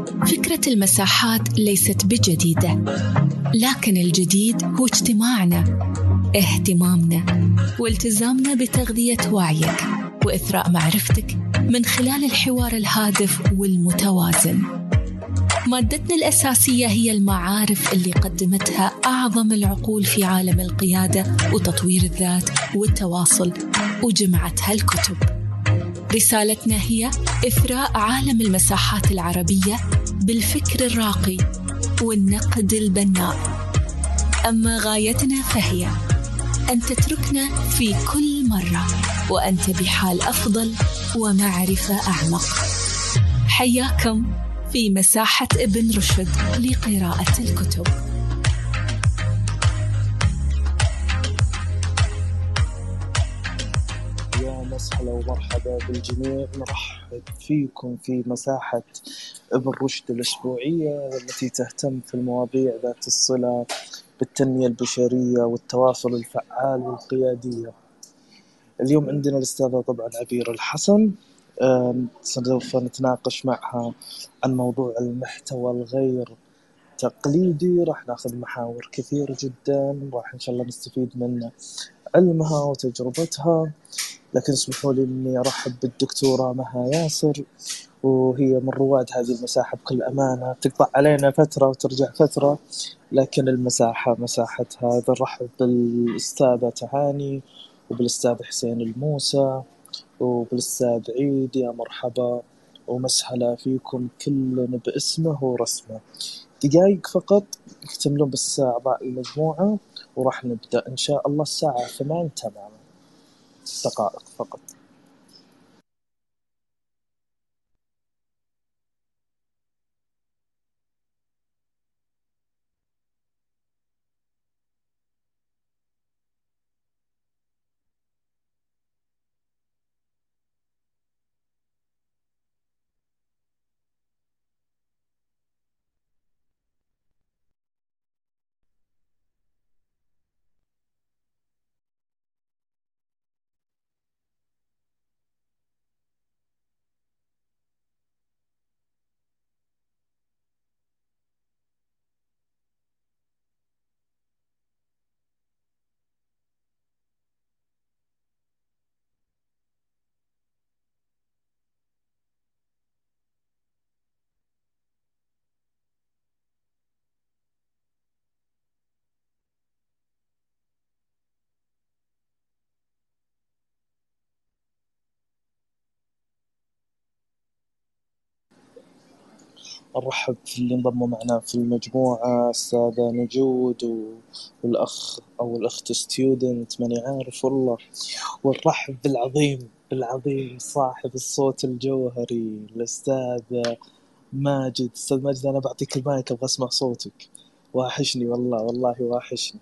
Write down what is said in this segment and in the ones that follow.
فكرة المساحات ليست بجديدة، لكن الجديد هو اجتماعنا، اهتمامنا والتزامنا بتغذية وعيك وإثراء معرفتك من خلال الحوار الهادف والمتوازن. مادتنا الأساسية هي المعارف اللي قدمتها أعظم العقول في عالم القيادة وتطوير الذات والتواصل، وجمعتها الكتب. رسالتنا هي إثراء عالم المساحات العربية بالفكر الراقي والنقد البناء. أما غايتنا فهي أن تتركنا في كل مرة وأنت بحال أفضل ومعرفة أعمق. حياكم في مساحة ابن رشد لقراءة الكتب. يا مسهلا ومرحبا بالجميع، نرحب فيكم في مساحة ابن رشد الأسبوعية، والتي تهتم في المواضيع ذات الصلة بالتنمية البشرية والتواصل الفعال والقيادية. اليوم عندنا الأستاذة طبعا عبير الحسن، سوف نتناقش معها عن موضوع المحتوى الغير تقليدي. راح ناخذ محاور كثير جدا، راح إن شاء الله نستفيد من علمها وتجربتها. لكن اسمحوا لي إني أرحب بالدكتورة مها ياسر، وهي من رواد هذه المساحة بكل أمانة. تقطع علينا فترة وترجع فترة، لكن المساحة مساحتها. نرحب بالأستاذة تهاني وبالأستاذ حسين الموسى وبالأستاذ عيد. يا مرحبا ومسهلا فيكم كل باسمه ورسمه. دقائق فقط يكتملون بس أعضاء المجموعة وراح نبدأ إن شاء الله الساعة 8 تماما. دقائق فقط. نرحب في اللي انضموا معنا في المجموعة، أستاذة نجود والأخ أو الأخت ستيودنت ماني عارف والله. ونرحب بالعظيم صاحب الصوت الجوهري الأستاذ ماجد. أستاذ ماجد، أنا بعطيك المايك أبغى أسمع صوتك، واحشني والله واحشني.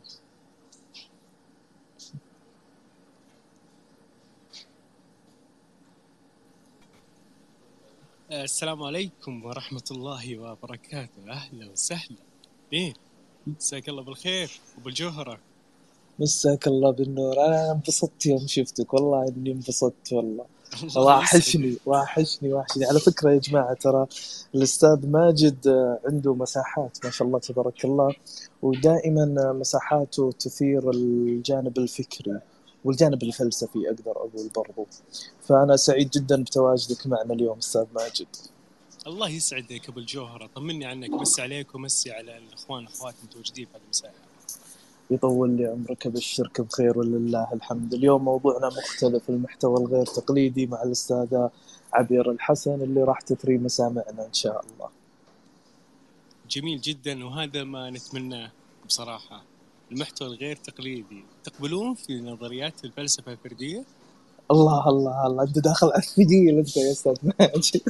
السلام عليكم ورحمة الله وبركاته. أهلا وسهلا. مساك الله بالخير وبالجوهرة. مساك الله بالنور. أنا انبسطت يوم شفتك، والله إني انبسطت والله. واحشني. على فكرة يا جماعة، ترى الأستاذ ماجد عنده مساحات ما شاء الله تبارك الله، ودائما مساحاته تثير الجانب الفكري والجانب الفلسفي أقدر أقول برضو. فأنا سعيد جدا بتواجدك معنا اليوم أستاذ ماجد. الله يسعدك أبو الجوهرة، طمني عنك، مسي عليك ومسي على الإخوان أخوات المتواجدين في هذه المساحة. يطول لي عمرك، بالشرك بخير ولله الحمد. اليوم موضوعنا مختلف، المحتوى الغير تقليدي، مع الأستاذة عبير الحسن اللي راح تثري مسامعنا إن شاء الله. جميل جدا، وهذا ما نتمناه بصراحة. المحتوى الغير تقليدي، تقبلون في نظريات الفلسفة الفردية؟ الله أنت داخل على الثقيل أنت يا أستاذ ماجد.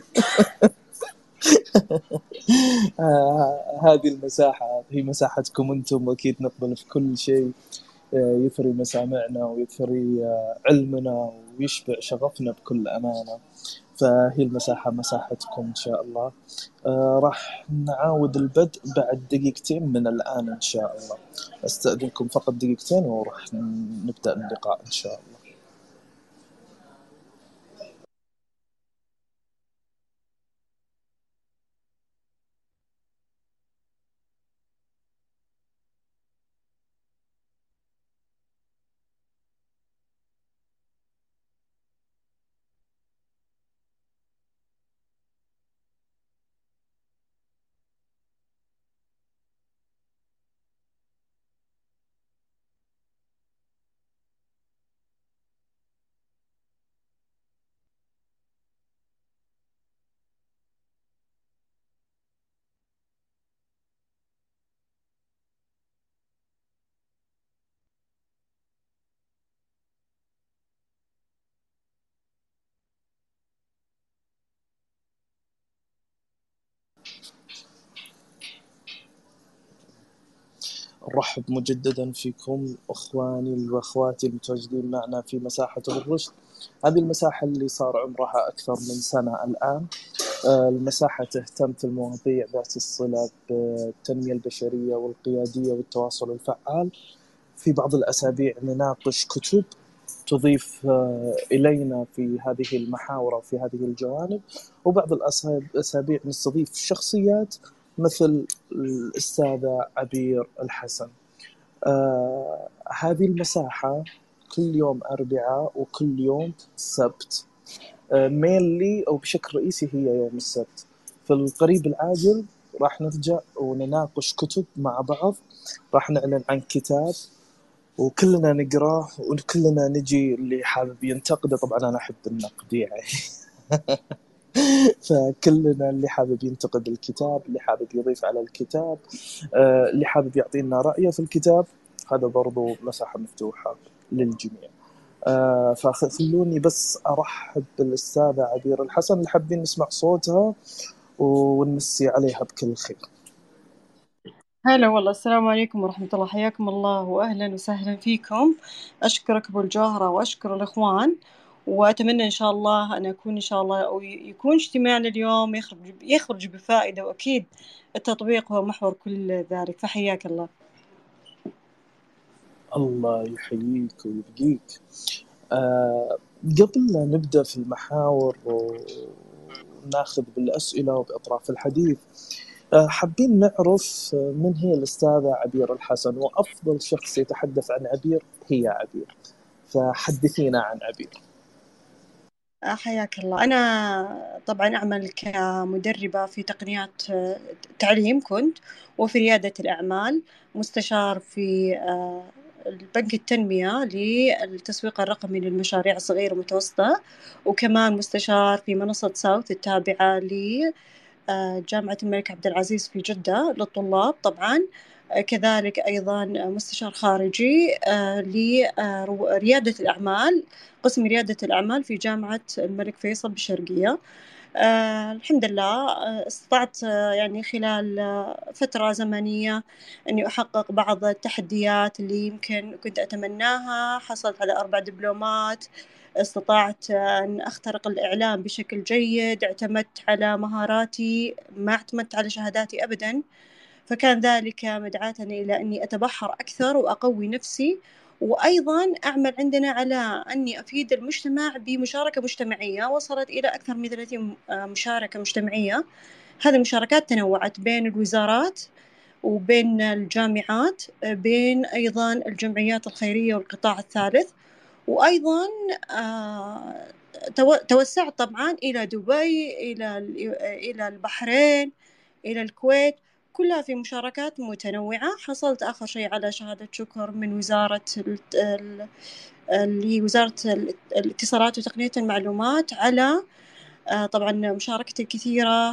هذه المساحة هي مساحتكم أنتم، وأكيد نقبل في كل شيء يثري مسامعنا ويثري علمنا ويشبع شغفنا بكل أمانة. فهي المساحة مساحتكم إن شاء الله. راح نعاود البدء بعد دقيقتين من الآن إن شاء الله. أستأذنكم فقط دقيقتين وراح نبدأ اللقاء إن شاء الله. نرحب مجددا فيكم أخواني وأخواتي المتواجدين معنا في مساحة الرشد. هذه المساحة اللي صار عمرها أكثر من سنة الآن. المساحة تهتم في المواضيع ذات الصلة بالتنمية البشرية والقيادية والتواصل الفعال. في بعض الأسابيع نناقش كتب تضيف إلينا في هذه المحاور وفي هذه الجوانب، وبعض الأسابيع نستضيف شخصيات مثل الأستاذة عبير الحسن. هذه المساحة كل يوم أربعاء وكل يوم سبت، مينلي أو بشكل رئيسي هي يوم السبت. في القريب العاجل راح نرجع ونناقش كتب مع بعض، راح نعلن عن كتاب وكلنا نقراه وكلنا نجي. اللي حابب ينتقده، طبعا أنا أحب النقد يعني فكلنا اللي حابب ينتقد الكتاب، اللي حابب يضيف على الكتاب، اللي حابب يعطينا رأيه في الكتاب، هذا برضو مساحة مفتوحة للجميع. فخلوني بس أرحب بالأستاذة عبير الحسن اللي حابين نسمع صوتها ونمسي عليها بكل خير. هلا والله، السلام عليكم ورحمة الله، حياكم الله وأهلا وسهلا فيكم. أشكرك أبو الجوهرة وأشكر الإخوان، وأتمنى إن شاء الله أن أكون إن شاء الله أو يكون اجتماعنا اليوم يخرج بفائدة، وأكيد التطبيق هو محور كل ذلك، فحياك الله. الله يحييك ويبقيك. قبل لا نبدأ في المحاور وناخذ بالأسئلة وبأطراف الحديث، حابين نعرف من هي الأستاذة عبير الحسن، وأفضل شخص يتحدث عن عبير هي عبير، فحدثينا عن عبير. حياك الله. أنا طبعا أعمل كمدربة في تقنيات تعليم كنت، وفي ريادة الأعمال، مستشار في البنك التنمية للتسويق الرقمي للمشاريع الصغيرة والمتوسطة، وكمان مستشار في منصة ساوث التابعة لجامعة الملك عبد العزيز في جدة للطلاب طبعا. كذلك أيضا مستشار خارجي لريادة الأعمال، قسم ريادة الأعمال في جامعة الملك فيصل بالشرقية. الحمد لله استطعت يعني خلال فترة زمنية أني أحقق بعض التحديات اللي يمكن كنت أتمناها. حصلت على 4 دبلومات، استطعت أن أخترق الإعلام بشكل جيد، اعتمدت على مهاراتي، ما اعتمدت على شهاداتي أبداً، فكان ذلك مدعاة إلى أني أتبحر أكثر وأقوي نفسي، وأيضاً أعمل عندنا على أني أفيد المجتمع بمشاركة مجتمعية وصلت إلى أكثر من 30 مشاركة مجتمعية. هذه المشاركات تنوعت بين الوزارات وبين الجامعات، بين أيضاً الجمعيات الخيرية والقطاع الثالث، وأيضاً توسعت طبعاً إلى دبي، إلى البحرين، إلى الكويت، كلها في مشاركات متنوعة. حصلت آخر شيء على شهادة شكر من وزارة اللي هي وزارة الاتصالات وتقنية المعلومات على طبعاً مشاركتي الكثيرة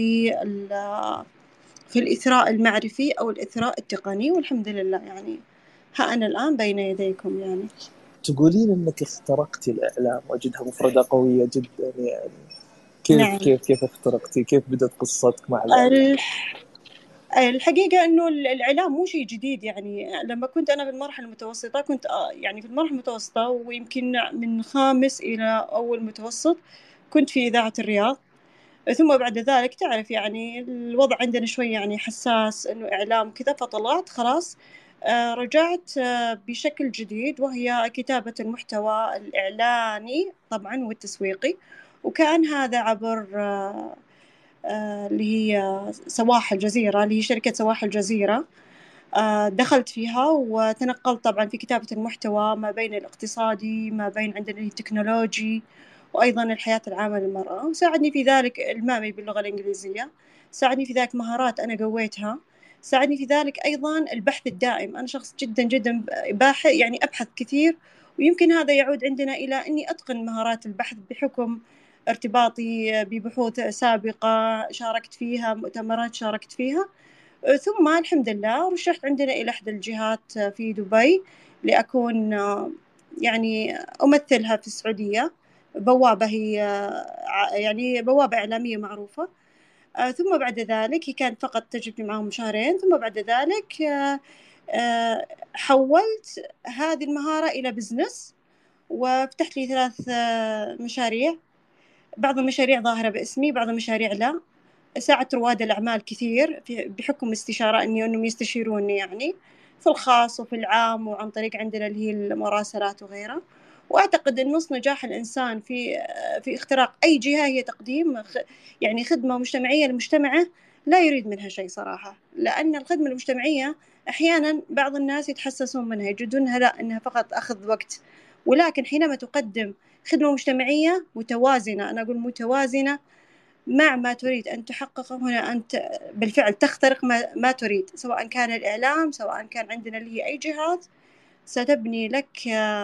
في الإثراء المعرفي أو الإثراء التقني، والحمد لله يعني ها أنا الآن بين يديكم. يعني تقولين أنك اخترقتي الإعلام، وجدها مفردة قوية جدا يعني. كيف نعم. كيف اخترقتي؟ كيف بدأت قصتك مع الإعلام؟ الحقيقة إنه الإعلام مو شيء جديد. يعني لما كنت أنا في المرحلة المتوسطة، كنت يعني في المرحلة المتوسطة، ويمكن من خامس إلى أول متوسط كنت في إذاعة الرياض. ثم بعد ذلك تعرف يعني الوضع عندنا شوي يعني حساس إنه إعلام كذا، فطلعت خلاص. رجعت بشكل جديد، وهي كتابة المحتوى الإعلاني طبعا والتسويقي، وكان هذا عبر اللي هي سواحل جزيرة، اللي هي شركة سواحل جزيرة. دخلت فيها وتنقلت طبعا في كتابة المحتوى ما بين الاقتصادي، ما بين عندنا التكنولوجي، وأيضا الحياة العامة للمرأة. وساعدني في ذلك المامي باللغة الإنجليزية، ساعدني في ذلك مهارات أنا قويتها، ساعدني في ذلك أيضا البحث الدائم. أنا شخص جدا جدا باحث، يعني أبحث كثير، ويمكن هذا يعود عندنا إلى أني أتقن مهارات البحث بحكم ارتباطي ببحوث سابقة شاركت فيها، مؤتمرات شاركت فيها. ثم الحمد لله رشحت عندنا إلى إحدى الجهات في دبي لأكون يعني أمثلها في السعودية. بوابة، هي يعني بوابة إعلامية معروفة. ثم بعد ذلك هي كانت فقط تجربتي معهم شهرين، ثم بعد ذلك حولت هذه المهارة إلى بزنس، وفتحت لي 3 مشاريع. بعض المشاريع ظاهرة باسمي، بعض المشاريع لا. ساعدت رواد الأعمال كثير بحكم استشارة أنهم يستشيروني يعني في الخاص وفي العام، وعن طريق عندنا اللي هي المراسلات وغيرها. وأعتقد أن نص نجاح الإنسان في اختراق أي جهة هي تقديم يعني خدمة مجتمعية لمجتمعه لا يريد منها شيء صراحة. لأن الخدمة المجتمعية أحيانا بعض الناس يتحسسون منها، يجدونها لا، أنها فقط أخذ وقت. ولكن حينما تقدم خدمة مجتمعية متوازنة، أنا أقول متوازنة مع ما تريد أن تحققه، هنا أنت بالفعل تخترق ما تريد، سواء كان الإعلام، سواء كان عندنا اللي هي أي جهات ستبني لك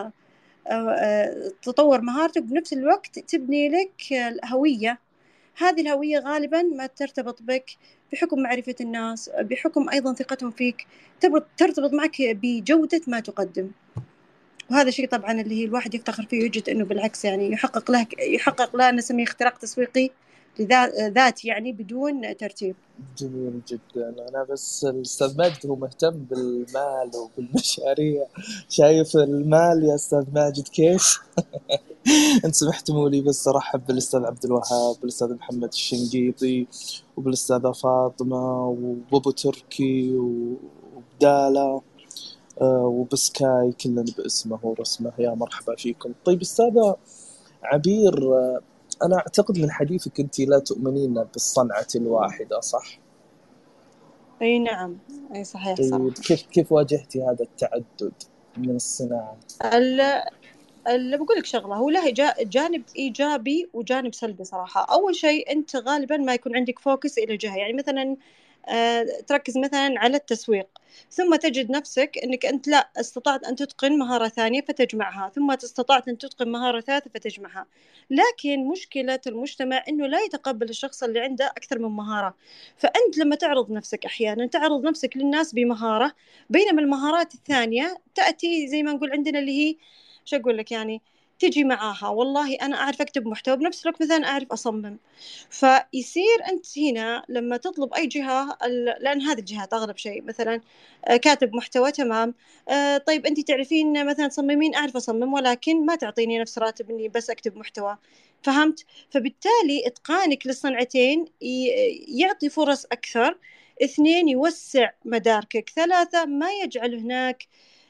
تطور مهارتك، بنفس الوقت تبني لك هوية. هذه الهوية غالبا ما ترتبط بك بحكم معرفة الناس، بحكم أيضا ثقتهم فيك، ترتبط معك بجودة ما تقدم. وهذا شيء طبعا اللي هي الواحد يفتخر فيه، ويجد أنه بالعكس يعني يحقق له نسميه اختراق تسويقي ذات يعني بدون ترتيب. جميل جدا. أنا بس الأستاذ ماجد هو مهتم بالمال وبالمشاريع، شايف المال يا أستاذ ماجد كيف؟ أنت سمحتموا لي بس أرحب بالأستاذ عبد الوهاب، بالأستاذ محمد الشنقيطي، وبالأستاذة فاطمة، وبابو تركي، وبدالة، وبسكاي، كلنا باسمه ورسمه. يا مرحبا فيكم. طيب أستاذة عبير، أنا أعتقد من حديثك أنت لا تؤمنين بالصنعة الواحدة، صح؟ أي نعم، أي صحيح طيب صراحة. كيف واجهتي هذا التعدد من الصناعة؟ اللي بقول لك شغلة، هو له جانب إيجابي وجانب سلبي صراحة. أول شيء أنت غالبا ما يكون عندك فوكس إلى جهة، يعني مثلا تركز مثلا على التسويق، ثم تجد نفسك أنك أنت لا استطعت أن تتقن مهارة ثانية فتجمعها، ثم استطعت أن تتقن مهارة ثالثة فتجمعها. لكن مشكلة المجتمع أنه لا يتقبل الشخص اللي عنده أكثر من مهارة. فأنت لما تعرض نفسك أحيانا تعرض نفسك للناس بمهارة، بينما المهارات الثانية تأتي زي ما نقول عندنا اللي هي شو أقول لك يعني تجي معاها. والله أنا أعرف أكتب محتوى، بنفس الوقت مثلا أعرف أصمم. فيصير أنت هنا لما تطلب أي جهة، لأن هذه الجهات أغلب شيء مثلا كاتب محتوى تمام، طيب أنت تعرفين مثلا تصممين، أعرف أصمم ولكن ما تعطيني نفس راتب إني بس أكتب محتوى. فهمت؟ فبالتالي إتقانك للصنعتين يعطي فرص أكثر. 2 يوسع مداركك. 3 ما يجعل هناك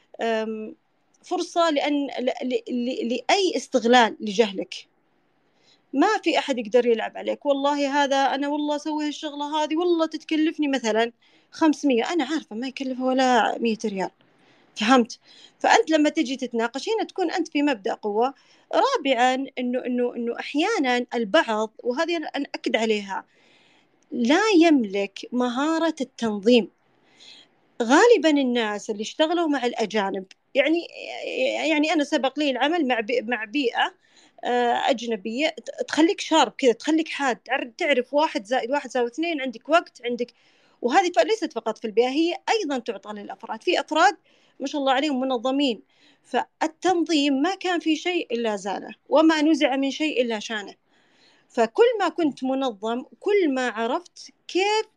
فرصة لأي استغلال لجهلك. ما في أحد يقدر يلعب عليك. والله هذا أنا والله أسوي هالشغلة هذه والله تتكلفني مثلا 500، أنا عارفة ما يكلفها ولا 100 ريال. فهمت؟ فأنت لما تجي تتناقش هنا تكون أنت في مبدأ قوة. رابعا إنه أحيانا البعض، وهذه أنا أكد عليها، لا يملك مهارة التنظيم. غالبا الناس اللي اشتغلوا مع الأجانب، يعني أنا سبق لي العمل مع بيئة أجنبية تخليك شارب كذا، تخليك حاد، تعرف 1+1=2، عندك وقت، عندك. وهذه ليست فقط في البيئة، هي أيضا تعطى للأفراد. في أفراد ما شاء الله عليهم منظمين. فالتنظيم ما كان في شيء إلا زانه، وما نزع من شيء إلا شانه. فكل ما كنت منظم كل ما عرفت كيف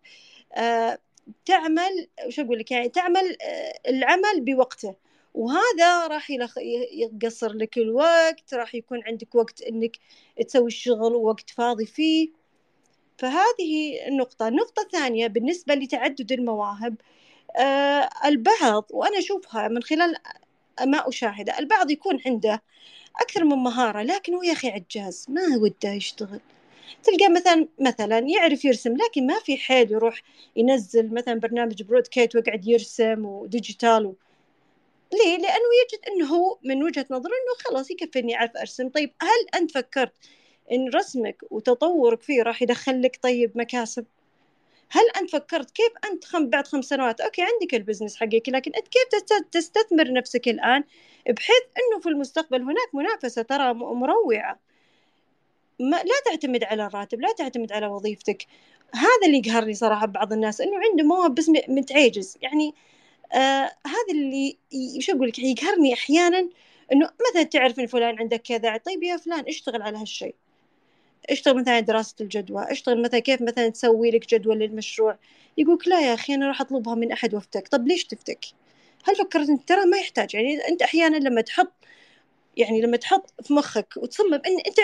تعمل، وش أقول لك يعني تعمل العمل بوقته. وهذا راح يقصر لك الوقت، راح يكون عندك وقت إنك تسوي الشغل ووقت فاضي فيه. فهذه النقطة الثانية بالنسبة لتعدد المواهب. البعض، وأنا أشوفها من خلال ما أشاهده، البعض يكون عنده أكثر من مهارة لكن هو يا أخي عجاز ما وده يشتغل. تلقى مثلا يعرف يرسم لكن ما في حيل يروح ينزل مثلا برنامج برودكاست ويقعد يرسم وديجيتال ليه؟ لأنه يجد أنه هو من وجهة نظره أنه خلاص يكفيني أعرف أرسم. طيب هل أنت فكرت إن رسمك وتطورك فيه راح يدخل لك طيب مكاسب؟ هل أنت فكرت كيف أنت بعد 5 سنوات أوكي عندك البزنس حقك، لكن أنت كيف تستثمر نفسك الآن بحيث أنه في المستقبل هناك منافسة ترى مروعة. لا تعتمد على الراتب، لا تعتمد على وظيفتك. هذا اللي يقهرني صراحة بعض الناس، إنه عنده مواهب بس متعجز يعني. هذا اللي شو أقول لك يقهرني أحيانا، إنه مثلا تعرف إن فلان عندك كذا، طيب يا فلان اشتغل على هالشيء، اشتغل مثلا دراسة الجدوى، اشتغل مثلا كيف مثلا تسوي لك جدول للمشروع. يقولك لا يا أخي أنا راح أطلبها من أحد وافتك. طب ليش تفتك؟ هل فكرت أنت ترى ما يحتاج، يعني أنت أحيانا لما تحط في مخك وتصمم إن أنت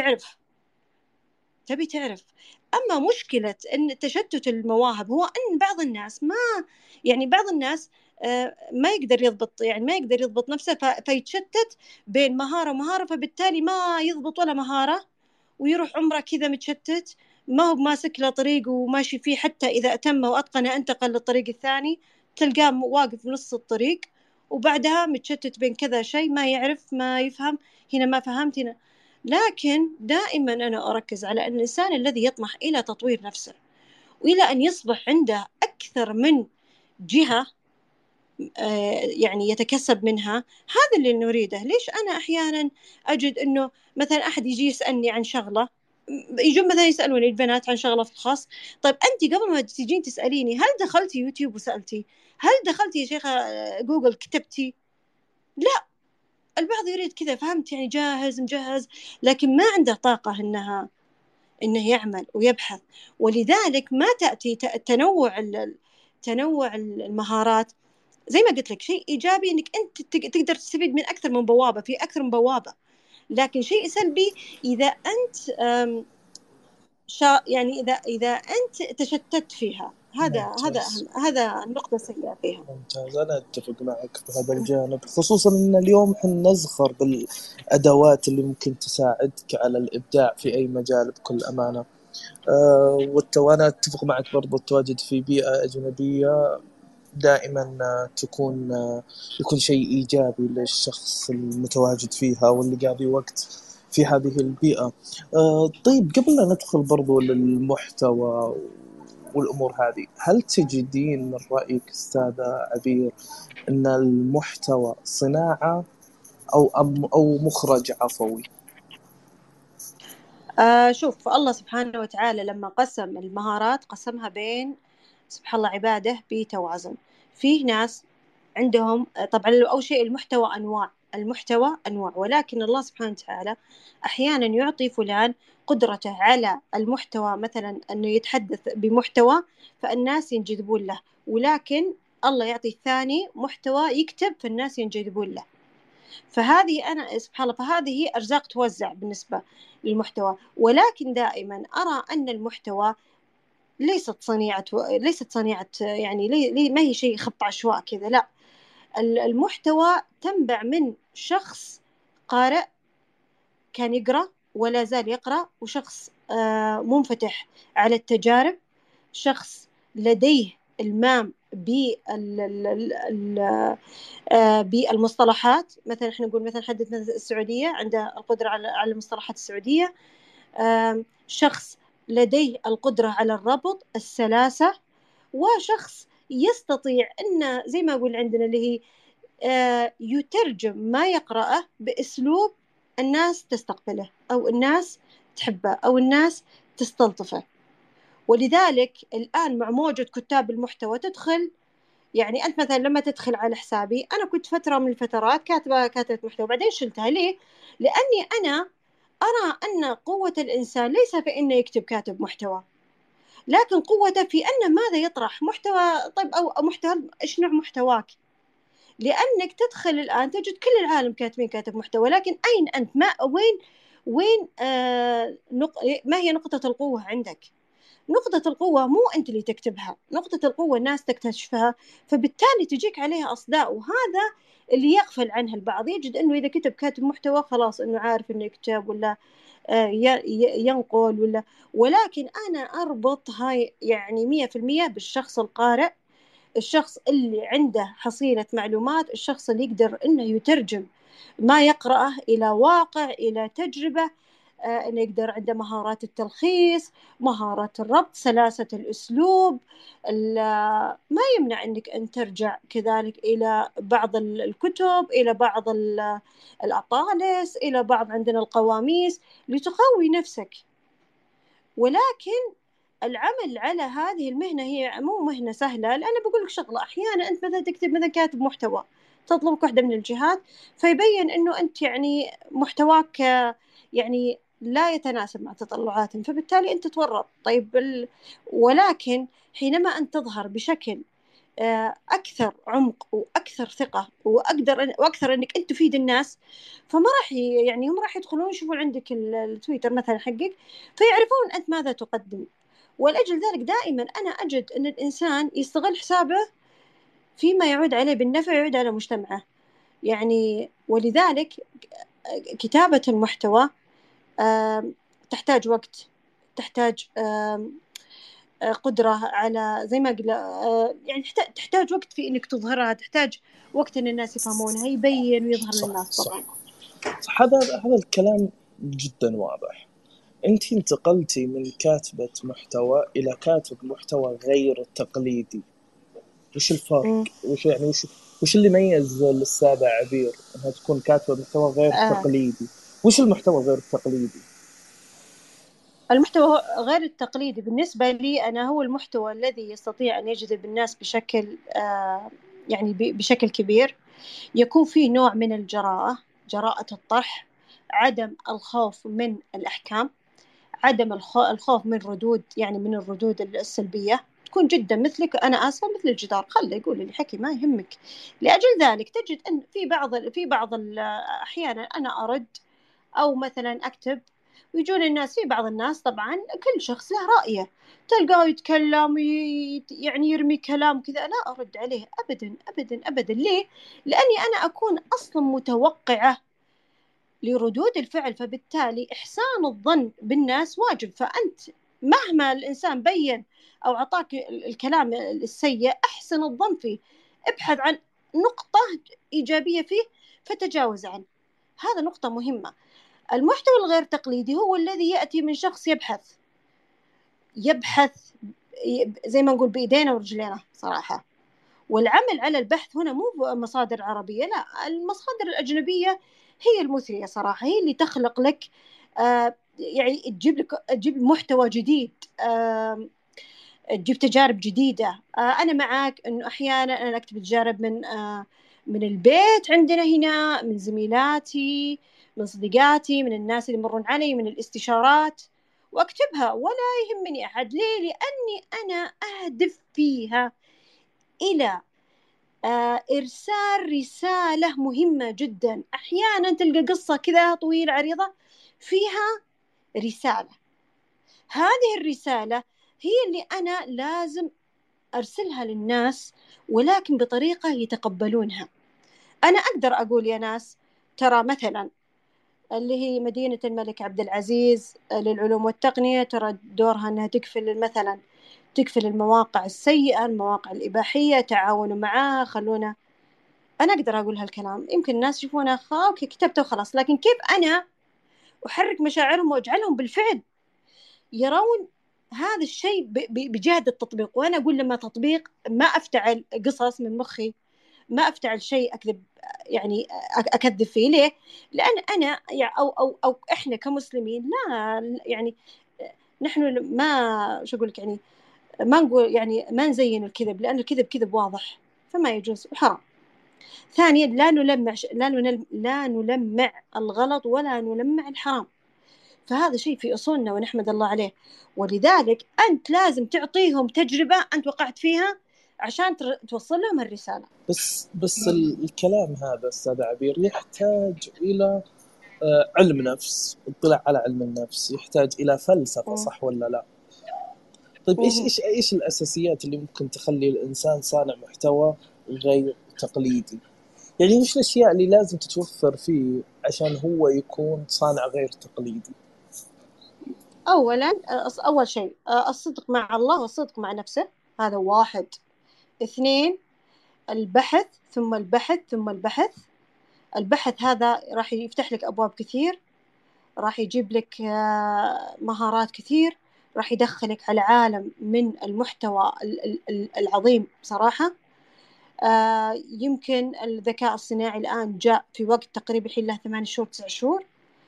تبي تعرف. أما مشكلة أن تشتت المواهب هو أن بعض الناس ما يقدر يضبط، يعني ما يقدر يضبط نفسه، فيتشتت بين مهارة ومهارة، فبالتالي ما يضبط ولا مهارة، ويروح عمره كذا متشتت، ما هو ماسك له طريق وماشي فيه، حتى إذا أتم وأتقن انتقل للطريق الثاني تلقاه واقف نص الطريق، وبعدها متشتت بين كذا شيء، ما يعرف، ما يفهم، هنا ما فهمت هنا. لكن دائما أنا أركز على أن الإنسان الذي يطمح إلى تطوير نفسه وإلى أن يصبح عنده أكثر من جهة يعني يتكسب منها، هذا اللي نريده. ليش أنا أحيانا أجد أنه مثلا أحد يجي يسألني عن شغلة، يجون مثلا يسألوني البنات عن شغلة في الخاص، طيب أنت قبل ما تجين تسأليني هل دخلتي يوتيوب وسألتي؟ هل دخلتي يا شيخة جوجل كتبتي؟ لا. البعض يريد كذا، فهمت، يعني جاهز مجهز، لكن ما عنده طاقة إنه يعمل ويبحث. ولذلك ما تأتي تنوع المهارات. زي ما قلت لك، شيء إيجابي إنك أنت تقدر تستفيد من أكثر من بوابة، في أكثر من بوابة. لكن شيء سلبي إذا أنت يعني إذا أنت تشتت فيها. هذا النقطة السيئة فيها. ممتاز، أنا أتفق معك بهذا الجانب، خصوصا أن اليوم حنا نزخر بالأدوات اللي ممكن تساعدك على الإبداع في أي مجال بكل أمانة. وأنا أتفق معك برضو، التواجد في بيئة أجنبية دائما يكون شيء إيجابي للشخص المتواجد فيها واللي قاضي وقت في هذه البيئة. طيب، قبل لا ندخل برضو للمحتوى والأمور هذه، هل تجدين من رأيك أستاذة عبير أن المحتوى صناعة أو مخرج عفوي؟ شوف، الله سبحانه وتعالى لما قسم المهارات قسمها بين، سبحان الله، عباده بتوازن. فيه ناس عندهم طبعا أول شيء المحتوى أنواع، ولكن الله سبحانه وتعالى أحيانا يعطي فلان قدرته على المحتوى، مثلا أنه يتحدث بمحتوى فالناس ينجذبون له، ولكن الله يعطي الثاني محتوى يكتب فالناس ينجذبون له. فهذه أنا سبحان الله، فهذه هي أرزاق توزع بالنسبة للمحتوى. ولكن دائما أرى أن المحتوى ليست صنيعة يعني ما هي شيء خط عشواء كذا، لا. المحتوى تنبع من شخص قارئ كان يقرأ ولا زال يقرأ، وشخص منفتح على التجارب، شخص لديه المام بالمصطلحات. مثلا احنا نقول مثلا حدث مثلا السعودية عنده القدرة على المصطلحات السعودية، شخص لديه القدرة على الربط، السلاسة، وشخص يستطيع أن زي ما أقول عندنا اللي هي يترجم ما يقرأه بأسلوب الناس تستقبله، أو الناس تحبه، أو الناس تستلطفه. ولذلك الآن مع موجة كتاب المحتوى تدخل، يعني أنت مثلا لما تدخل على حسابي، أنا كنت فترة من الفترات كاتبة محتوى، بعدين شلتها. ليه؟ لأني أنا أرى أن قوة الإنسان ليس في أنه يكتب كاتب محتوى، لكن قوته في أنه ماذا يطرح محتوى. طيب، أو محتوى، إيش نوع محتواك؟ لأنك تدخل الآن تجد كل العالم كاتبين كاتب محتوى، لكن أين أنت؟ وين ما هي نقطة القوة عندك؟ نقطة القوة مو أنت اللي تكتبها، نقطة القوة الناس تكتشفها، فبالتالي تجيك عليها أصداء. وهذا اللي يغفل عنه البعض، يجد أنه إذا كاتب محتوى خلاص أنه عارف أنه يكتب ولا ينقل ولكن أنا أربط هاي يعني 100% بالشخص القارئ، الشخص اللي عنده حصيلة معلومات، الشخص اللي يقدر إنه يترجم ما يقرأه إلى واقع، إلى تجربة، إنه يقدر عنده مهارات التلخيص، مهارات الربط، سلاسة الأسلوب. ما يمنع إنك أن ترجع كذلك إلى بعض الكتب، إلى بعض الأطالس، إلى بعض عندنا القواميس لتقوي نفسك. ولكن العمل على هذه المهنة هي مو مهنة سهلة، لأن بقول لك شغلة، أحيانا أنت مثلا تكتب مثلا كاتب محتوى، تطلبك واحدة من الجهات فيبين أنه أنت يعني محتواك يعني لا يتناسب مع تطلعاتهم، فبالتالي أنت تورط. طيب ولكن حينما أن تظهر بشكل أكثر عمق وأكثر ثقة وأكثر إنك أنت تفيد الناس، فما راح يعني هم راح يدخلون يشوفون عندك التويتر مثلا حقك فيعرفون أنت ماذا تقدم. ولأجل ذلك دائما أنا أجد أن الإنسان يستغل حسابه فيما يعود عليه بالنفع ويعود على مجتمعه. يعني ولذلك كتابة المحتوى تحتاج وقت، تحتاج قدرة على زي ما قلت يعني تحتاج وقت في إنك تظهرها، تحتاج وقت إن الناس يفهمونها، يبين ويظهر للناس. طبعا هذا الكلام جدا واضح. أنت انتقلتي من كاتبة محتوى إلى كاتب محتوى غير التقليدي. وش الفرق؟ وش اللي يميز الأستاذة عبير أنها تكون كاتبة محتوى غير تقليدي؟ وش المحتوى غير التقليدي؟ المحتوى غير التقليدي بالنسبة لي أنا هو المحتوى الذي يستطيع أن يجذب الناس بشكل يعني بشكل كبير، يكون فيه نوع من الجراءة، جراءة الطرح، عدم الخوف من الأحكام، عدم الخوف من ردود يعني من الردود السلبية، تكون جدا مثلك أنا آسفة مثل الجدار، خلي يقول اللي حكي ما يهمك. لأجل ذلك تجد أن في بعض الأحيان أنا أرد أو مثلا أكتب ويجون الناس، في بعض الناس طبعا كل شخص له رأيه، تلقاه يتكلم يعني يرمي كلام كذا لا أرد عليه أبدا أبدا أبدا. ليه؟ لأني أنا أكون أصلا متوقعة لردود الفعل، فبالتالي إحسان الظن بالناس واجب. فأنت مهما الإنسان بين أو عطاك الكلام السيء أحسن الظن فيه، ابحث عن نقطة إيجابية فيه فتجاوز عنه، هذا نقطة مهمة. المحتوى الغير تقليدي هو الذي يأتي من شخص يبحث زي ما نقول بإيدينا ورجلينا صراحة. والعمل على البحث هنا مو مصادر عربية، لا، المصادر الأجنبية هي المثرية صراحة، هي اللي تخلق لك يعني تجيب محتوى جديد، تجيب تجارب جديدة. أنا معك أنه أحيانا أنا أكتب تجارب من البيت عندنا هنا، من زميلاتي، من صديقاتي، من الناس اللي يمرون علي، من الاستشارات، وأكتبها ولا يهمني أحد. ليه؟ لأني أنا أهدف فيها إلى إرسال رسالة مهمة جدا. أحيانا تلقى قصة كذا طويلة عريضة فيها رسالة، هذه الرسالة هي اللي أنا لازم أرسلها للناس ولكن بطريقة يتقبلونها. أنا أقدر أقول يا ناس ترى مثلا اللي هي مدينة الملك عبد العزيز للعلوم والتقنية ترى دورها أنها تقفل المواقع السيئة، المواقع الإباحية، تعاونوا معاه، خلونا. أنا أقدر أقول هالكلام، يمكن الناس يشوفونه أوكي كتبته وخلاص، لكن كيف أنا أحرك مشاعرهم وأجعلهم بالفعل يرون هذا الشيء بجهد التطبيق. وأنا أقول لما تطبيق ما أفتعل قصص من مخي، ما أفتعل شيء أكذب يعني أكذب فيه. ليه؟ لأن أنا أو إحنا كمسلمين لا يعني نحن ما شو أقولك يعني ما نقول يعني ما نزين الكذب، لأن الكذب كذب واضح فما يجوز وحرام. ثانيا لا نلمع الغلط ولا نلمع الحرام، فهذا شيء في أصولنا ونحمد الله عليه. ولذلك أنت لازم تعطيهم تجربة أنت وقعت فيها عشان توصل لهم الرسالة. بس الكلام هذا أستاذ عبير يحتاج إلى علم نفس، اطلاع على علم النفس، يحتاج إلى فلسفة، صح ولا لا؟ طيب إيش الأساسيات اللي ممكن تخلي الإنسان صانع محتوى غير تقليدي؟ يعني وش الأشياء اللي لازم تتوفر فيه عشان هو يكون صانع غير تقليدي؟ أولا أول شيء الصدق مع الله والصدق مع نفسه، هذا 1. 2 البحث ثم البحث ثم البحث. البحث هذا راح يفتح لك أبواب كثير، راح يجيب لك مهارات كثير، راح يدخلك على عالم من المحتوى العظيم صراحة. يمكن الذكاء الصناعي الآن جاء في وقت تقريبا الحين له 8 شهور 9 شهور،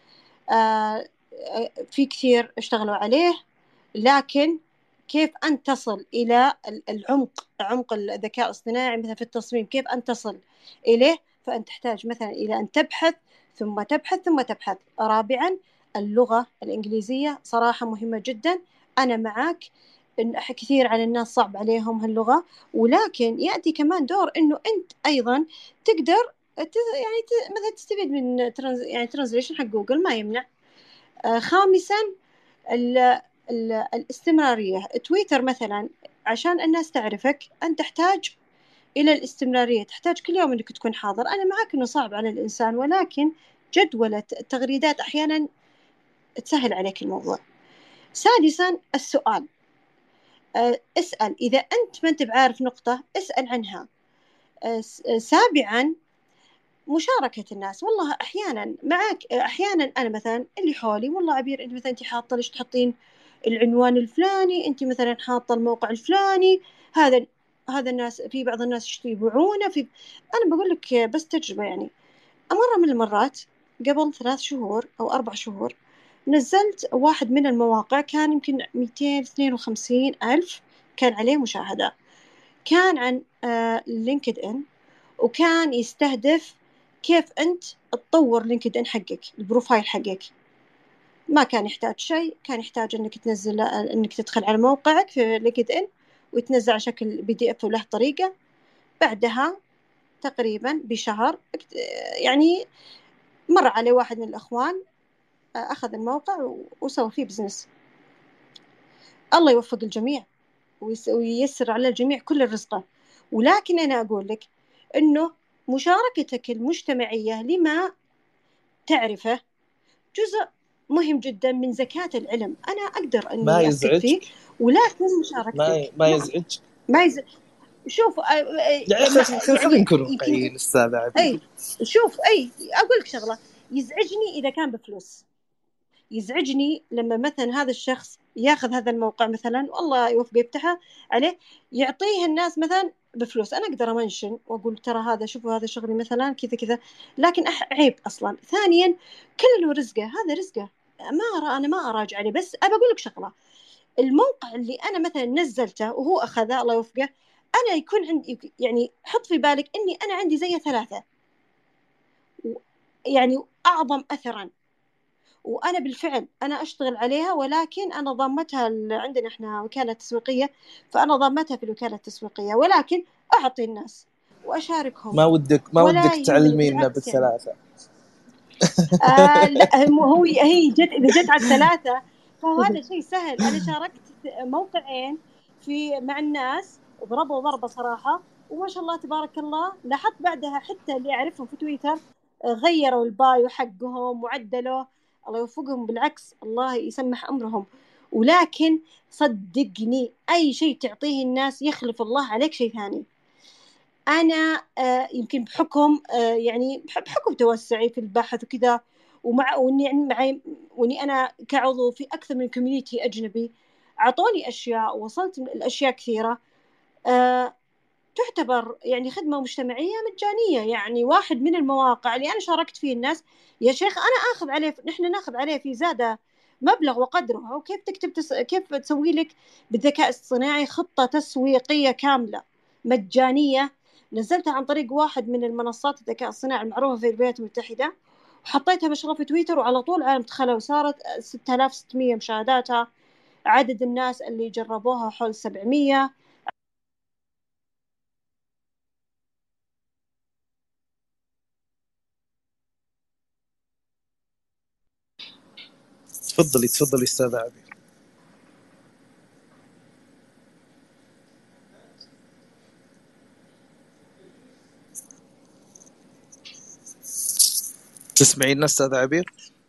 في كثير اشتغلوا عليه، لكن كيف أن تصل إلى عمق الذكاء الاصطناعي مثلا في التصميم، كيف أن تصل إليه؟ فأنت تحتاج مثلا إلى أن تبحث ثم تبحث ثم تبحث. 4 اللغة الإنجليزية صراحة مهمة جدا. أنا معك إن كثير على الناس صعب عليهم هاللغة، ولكن يأتي كمان دور إنه أنت أيضا تقدر مثلا تستفيد من يعني ترانزليشن حق جوجل، ما يمنع. خامسا الاستمرارية. تويتر مثلا عشان الناس تعرفك أنت تحتاج إلى الاستمرارية، تحتاج كل يوم إنك تكون حاضر. أنا معك إنه صعب على الإنسان، ولكن جدولة التغريدات أحيانا تسهل عليك الموضوع. سادسا السؤال. اسأل إذا أنت ما أنت بعارف نقطة، اسأل عنها. سابعا مشاركة الناس. والله أحيانا معك، أحيانا أنا مثلا اللي حولي والله عبير أنت مثلا أنت حاطة ليش تحطين العنوان الفلاني، أنت مثلا حاطة الموقع الفلاني، هذا الناس، في بعض الناس يبيعونه أنا بقول لك بس تجربة يعني. مرة من المرات قبل 3 شهور أو 4 شهور نزلت واحد من المواقع، كان يمكن 252 ألف كان عليه مشاهدة، كان عن لينكد إن، وكان يستهدف كيف أنت تطور لينكد إن حقك، البروفايل حقك. ما كان يحتاج شيء، كان يحتاج أنك تنزل، أنك تدخل على موقعك في لينكد إن وتنزل على شكل PDF وله طريقة. بعدها تقريبا بشهر يعني مر عليه واحد من الأخوان، أخذ الموقع وسوى فيه بزنس. الله يوفق الجميع وييسر على الجميع كل الرزق. ولكن أنا أقول لك إنه مشاركتك المجتمعية لما تعرفه جزء مهم جدا من زكاة العلم. أنا أقدر ما أني أفتك فيه، يزعجك؟ ولكن مشاركتك ما يزعج؟ ما شوف يعني خلينا نكون واقعيين أستاذ عبير. شوف أقول لك شغلة، يزعجني إذا كان بفلوس. يزعجني لما مثلا هذا الشخص ياخذ هذا الموقع مثلا، والله يوفقه يفتحه عليه، يعطيه الناس مثلا بفلوس. أنا أقدر أمنشن وأقول ترى هذا، شوفوا هذا شغلي مثلا كذا كذا، لكن عيب أصلا. ثانيا كله رزقه، هذا رزقه، أنا ما أراجع عليه. بس أبى أقول لك شغلة، الموقع اللي أنا مثلا نزلته وهو أخذه الله يوفقه، أنا يكون عندي يعني، حط في بالك إني أنا عندي زي 3 يعني أعظم أثرا، وأنا بالفعل أنا أشتغل عليها، ولكن أنا ضمتها عندنا إحنا وكالة تسويقية، فأنا ضمتها في الوكالة التسويقية، ولكن أعطي الناس وأشاركهم. ما ودك تعلمينا بالثلاثة؟ لا، إذا جت على ال3 فهذا شيء سهل. أنا شاركت موقعين مع الناس وضربوا ضربة صراحة، وما شاء الله تبارك الله. لاحظت بعدها حتى اللي أعرفهم في تويتر غيروا البايو حقهم وعدلوا، الله يوفقهم، بالعكس الله يسمح أمرهم. ولكن صدقني أي شيء تعطيه الناس يخلف الله عليك شيء ثاني. أنا يمكن بحكم يعني بحكم توسعي في البحث وكذا، وإني أنا كعضو في أكثر من كوميونيتي أجنبي، أعطوني أشياء، وصلت الأشياء كثيرة تعتبر يعني خدمة مجتمعية مجانية. يعني واحد من المواقع اللي أنا شاركت فيه الناس، يا شيخ أنا أخذ عليه، نحن ناخذ عليه في زادة مبلغ وقدره، وكيف تكتب كيف تسوي لك بالذكاء الاصطناعي خطة تسويقية كاملة مجانية. نزلتها عن طريق واحد من المنصات الذكاء الصناعي المعروفة في الولايات المتحدة، وحطيتها ما شاء الله في تويتر، وعلى طول عالم دخلها، وصارت 6600 مشاهداتها. عدد الناس اللي جربوها حول 700. تفضلي أستاذ عبير. تسمعين أستاذ عبير؟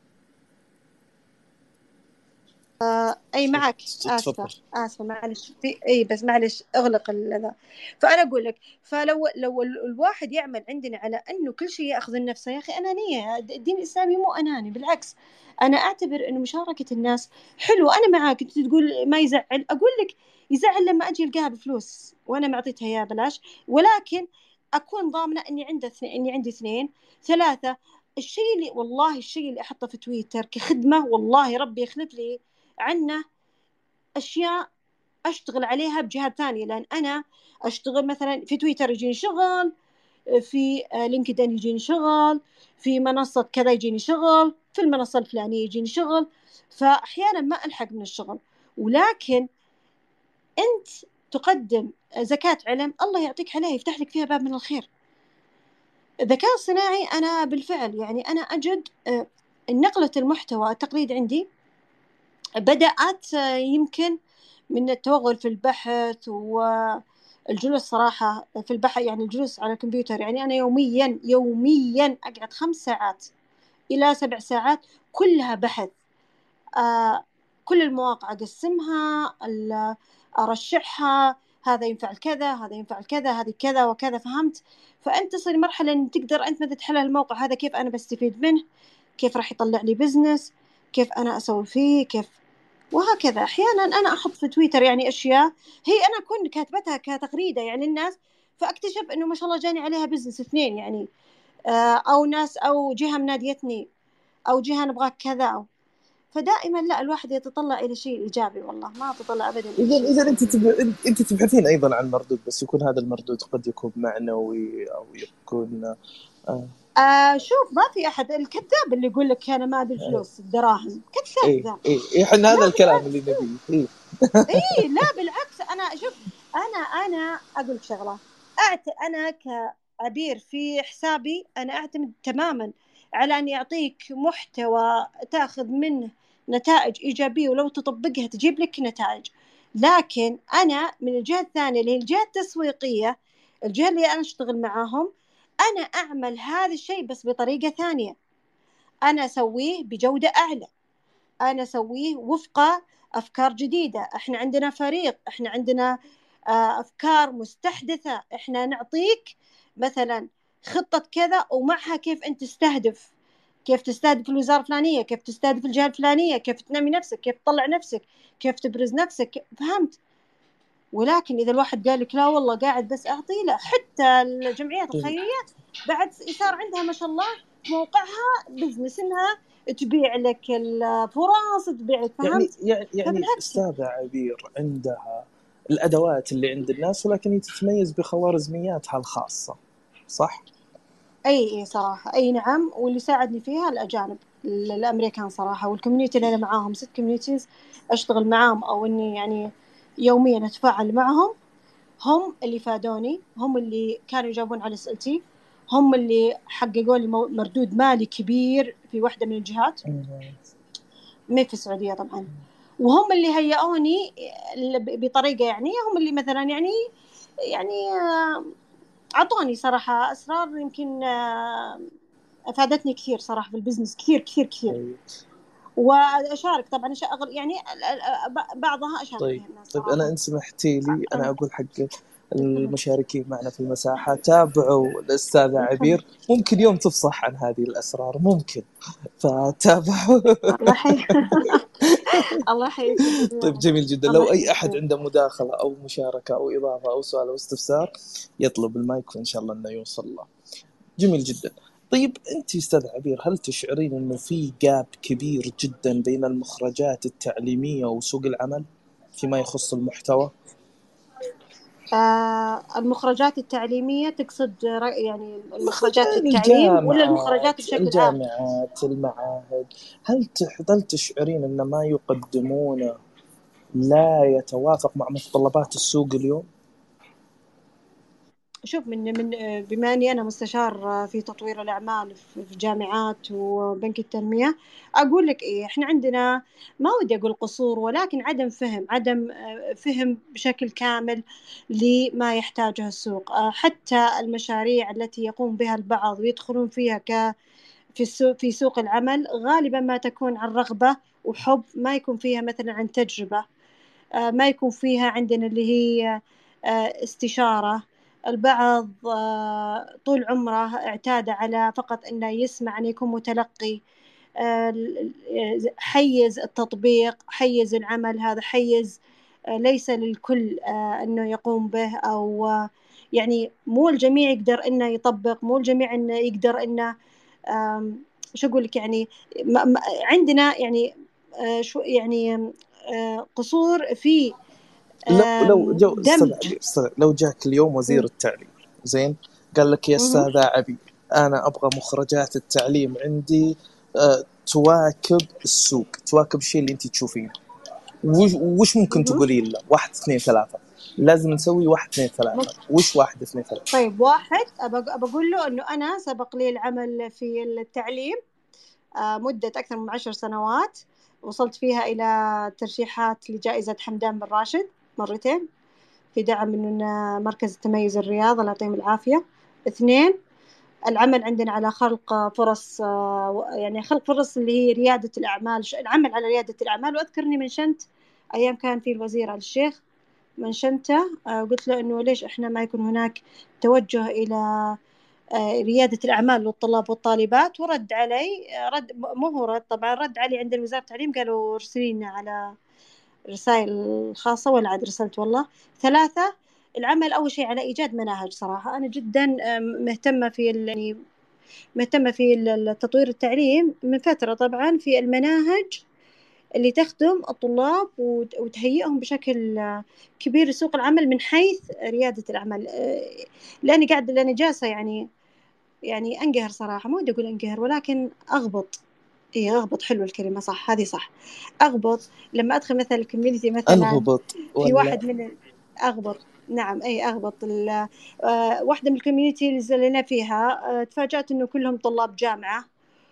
أي معك. آسفة معلش بس معلش أغلق هذا. فأنا أقول لك، لو الواحد يعمل عندنا على أنه كل شيء يأخذ لنفسه، يا أخي أنانية. الدين الإسلامي مو أناني، بالعكس أنا أعتبر أنه مشاركة الناس حلو. أنا معك، أنت تقول ما يزعل، أقول لك يزعل لما أجي ألقاها بفلوس وأنا معطيتها إياها بلاش، ولكن أكون ضامنة أني عندي 2 3. الشيء اللي أحطه في تويتر كخدمة، والله ربي يخلف لي عنه أشياء أشتغل عليها بجهات ثانية. لأن أنا أشتغل مثلا في تويتر يجيني شغل، في لينكدين يجيني شغل، في منصة كذا يجيني شغل، في المنصة الفلانية يجيني شغل، فأحيانا ما ألحق من الشغل. ولكن أنت تقدم زكاة علم، الله يعطيك عليها، يفتح لك فيها باب من الخير. الذكاء الصناعي أنا بالفعل يعني أنا أجد نقلة المحتوى التقليد عندي بدأت يمكن من التوغل في البحث والجلوس صراحة في البحث، يعني الجلوس على الكمبيوتر. يعني أنا يوميا أقعد 5 ساعات إلى 7 ساعات كلها بحث. كل المواقع أقسمها، أرشحها، هذا ينفع كذا، هذا ينفع كذا، هذه كذا وكذا، فهمت؟ فأنت تصل مرحلة إن تقدر أنت مثلا تحلل الموقع هذا كيف أنا بستفيد منه، كيف راح يطلع لي بزنس، كيف أنا أسوي فيه، كيف، وهكذا. أحيانا أنا أحط في تويتر يعني أشياء هي أنا كنت كاتبتها كتغريدة يعني الناس، فأكتشف إنه ما شاء الله جاني عليها بزنس 2 يعني، أو ناس أو جهة مناديتني أو جهة نبغاك كذا أو. فدائما لا، الواحد يتطلع إلى شيء إيجابي، والله ما تطلع أبدا إلى شيء. إذا أنت تبحثين أيضا عن مردود، بس يكون هذا المردود قد يكون معنوي أو يكون شوف، ما في أحد الكذاب اللي يقول لك أنا ما أدري فلوس الدراهم، كذاب ذا. إحنا هذا الكلام اللي نبيه. لا بالعكس، أنا شوف، أنا أقول لك شغلة، أنا كعبير في حسابي أنا أعتمد تماما على أن يعطيك محتوى تأخذ منه نتائج إيجابية، ولو تطبقها تجيب لك نتائج. لكن أنا من الجهة الثانية اللي هي الجهة التسويقية، الجهة اللي أنا أشتغل معاهم، أنا أعمل هذا الشيء بس بطريقة ثانية، أنا أسويه بجودة أعلى، أنا أسويه وفق أفكار جديدة. إحنا عندنا فريق، إحنا عندنا أفكار مستحدثة، إحنا نعطيك مثلا خطة كذا ومعها كيف أنت تستهدف، كيف تستهدف الوزارة الفلانية، كيف تستهدف الجهة الفلانية، كيف تنمي نفسك، كيف تطلع نفسك، كيف تبرز نفسك، فهمت؟ ولكن إذا الواحد قال لك لا والله قاعد بس أعطي، لا، حتى الجمعيات الخيرية بعد صار عندها ما شاء الله موقعها بزنس، إنها تبيع لك الفرص، تبيع لك، فهمت؟ يعني أستاذة عبير عندها الأدوات اللي عند الناس، ولكن هي تتميز بخوارزمياتها الخاصة، صح؟ أي صراحة، أي نعم. واللي ساعدني فيها الأجانب الأمريكان صراحة، والكوميونيتي اللي أنا معاهم 6 كوميونيتيز أشتغل معاهم، أو إني يعني يوميا أتفاعل معهم، هم اللي فادوني، هم اللي كانوا يجاوبون على أسئلتي، هم اللي حققوا لي مردود مالي كبير في واحدة من الجهات، ما في السعودية طبعا. وهم اللي هيئوني بطريقة، يعني هم اللي مثلا يعني أعطوني صراحة أسرار يمكن أفادتني كثير صراحة في البزنس، كثير. وأشارك طبعا يعني بعضها أشارك فيها الناس. طيب أنا إن سمحتي لي أنا أقول حق المشاركين معنا في المساحة، تابعوا الأستاذة عبير، ممكن يوم تفصح عن هذه الأسرار، ممكن، فتابعوا. الله يحييك. طيب جميل جدا. لو أي أحد عنده مداخلة أو مشاركة أو إضافة أو سؤال أو استفسار يطلب المايك، وإن شاء الله إنه يوصل له. جميل جدا. طيب أنت أستاذ عبير، هل تشعرين إنه في جاب كبير جدا بين المخرجات التعليمية وسوق العمل فيما يخص المحتوى؟ المخرجات التعليمية تقصد يعني المخرجات في التعليم ولا المخرجات بشكل عام؟ الجامعات، المعاهد، هل تشعرين أن ما يقدمونه لا يتوافق مع متطلبات السوق اليوم؟ شوف، من بما أني أنا مستشار في تطوير الأعمال في جامعات وبنك التنمية، أقول لك إيه، إحنا عندنا، ما ودي أقول قصور، ولكن عدم فهم بشكل كامل لما يحتاجه السوق. حتى المشاريع التي يقوم بها البعض ويدخلون فيها في سوق العمل، غالبا ما تكون عن رغبة وحب، ما يكون فيها مثلا عن تجربة، ما يكون فيها عندنا اللي هي استشارة. البعض طول عمره اعتاد على فقط أنه يسمع، أن يكون متلقي. حيز التطبيق، حيز العمل، هذا حيز ليس للكل أنه يقوم به، أو يعني مو الجميع يقدر أنه يطبق، مو الجميع أنه يقدر أنه شو أقول لك، يعني عندنا يعني شو يعني قصور في دمج. لو جاك اليوم وزير التعليم زين قال لك يا أستاذة عبير أنا أبغى مخرجات التعليم عندي تواكب السوق، تواكب الشيء اللي أنت تشوفينه، وش ممكن تقولين له؟ 1 2 3. لازم نسوي 1 2 3. وش 1 2 3؟ طيب، واحد أقول له إنه أنا سبق لي العمل في التعليم مدة أكثر من 10 سنوات، وصلت فيها إلى ترشيحات لجائزة حمدان بن راشد مرتين في دعم من مركز التميز الرياض، الله يعطيهم العافية. 2، العمل عندنا على خلق فرص، يعني خلق فرص اللي هي ريادة الأعمال، العمل على ريادة الأعمال. وأذكرني منشنت أيام كان في الوزير آل الشيخ، منشنته قلت له إنه ليش إحنا ما يكون هناك توجه إلى ريادة الأعمال للطلاب والطالبات. ورد علي رد، مو هو رد طبعا، رد علي عند وزارة التعليم، قالوا ارسلينا على رسائل خاصة، ولا عاد رسلت والله. 3، العمل أول شيء على إيجاد مناهج. صراحة أنا جدا مهتمة في يعني مهتمة في تطوير التعليم من فترة، طبعا في المناهج اللي تخدم الطلاب وتهيئهم بشكل كبير لسوق العمل من حيث ريادة الأعمال. لأني جالسة يعني أنقهر صراحة، ما ودي أقول أنقهر ولكن أغبط. إيه، أغبط، حلو الكلمة، صح، هذه صح. أغبط لما أدخل مثلا الكوميونتي، مثلا انغبط في ولا واحد من أغبط. نعم، أي أغبط. واحدة من الكوميونتي اللي أنا فيها تفاجأت إنه كلهم طلاب جامعة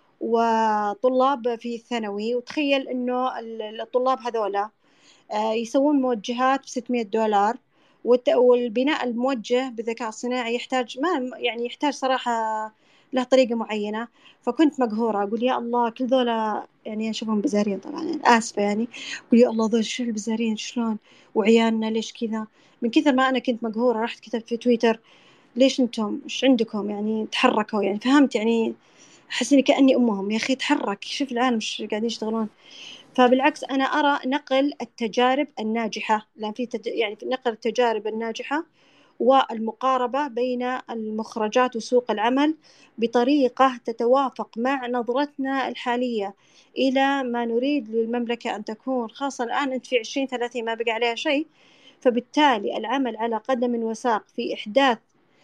وطلاب في الثانوي. وتخيل إنه الطلاب هذولا يسوون موجهات ب$600، والبناء الموجه بالذكاء الصناعي يحتاج يحتاج صراحة له طريقة معينة. فكنت مقهورة، أقول يا الله، كل ذولا يعني أشوفهم بزارين طبعا، يعني آسفة، يعني أقول يا الله ذول شو البزارين شلون، وعيالنا ليش كذا. من كثر ما أنا كنت مقهورة رحت كتبت في تويتر ليش أنتم إيش عندكم يعني تحركوا، يعني فهمت، يعني حسيني كأني أمهم، يا أخي تحرك، شوف العالم إيش قاعدين يشتغلون. فبالعكس أنا أرى نقل التجارب الناجحة، لأن في يعني في نقل التجارب الناجحة والمقاربة بين المخرجات وسوق العمل بطريقة تتوافق مع نظرتنا الحالية إلى ما نريد للمملكة أن تكون، خاصة الآن أنت في 2030 ما بقى عليها شيء. فبالتالي العمل على قدم وساق في إحداث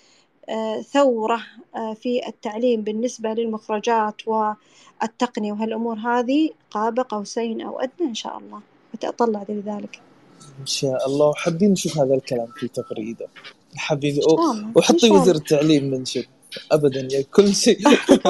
ثورة في التعليم بالنسبة للمخرجات والتقنية وهالأمور هذه قاب قوسين أو أدنى إن شاء الله، وتطلع لذلك ان شاء الله. وحابين نشوف هذا الكلام في تغريدة، حابين إن شاء الله. إن وحطي شاء وزير الله. التعليم منشن ابدا يا كل شيء.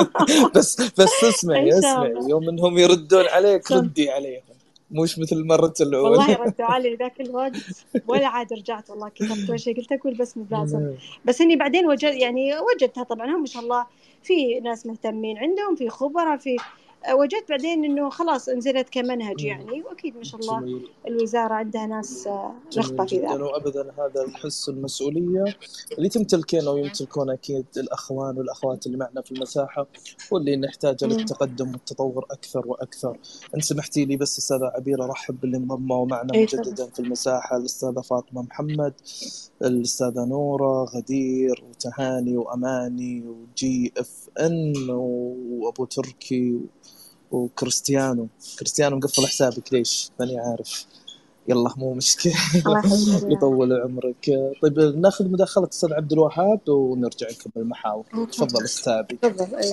بس إن اسمعي شاء اسمعي، الله. يوم انهم يردون عليك سم. ردي عليهم، مش مثل المرة والله الأولى. ردوا علي ذاك الوقت ولا عاد رجعت، والله كتبت ولا شيء، قلت أقول بس بلازم. بس إني بعدين وجدتها طبعا، هم ما شاء الله في ناس مهتمين عندهم، في خبراء، في وجدت بعدين إنه خلاص انزلت كمنهج يعني، وأكيد ما شاء الله جميل الوزارة عندها ناس جميل رغبة في جدا. ذلك. وابدا هذا الحس المسؤوليه اللي تمتلكينه ويمتلكونه اكيد الاخوان والاخوات اللي معنا في المساحه، واللي نحتاجه للتقدم والتطور اكثر واكثر. ان سمحتي لي بس استاذه عبير ارحب باللي انضموا معنا أي تفضل. مجددا في المساحه، الاستاذه فاطمه محمد، الاستاذه نوره غدير، وتهاني واماني وجي اف ان وابو تركي وكريستيانو مقفل حسابك ليش ماني عارف. يلا مو مشكلة. الله يحفظك. يطول عمرك. طيب ناخذ مداخلة أستاذ عبد الوهاب ونرجع نكمل المحاور. تفضل أستاذ. تفضل. أي.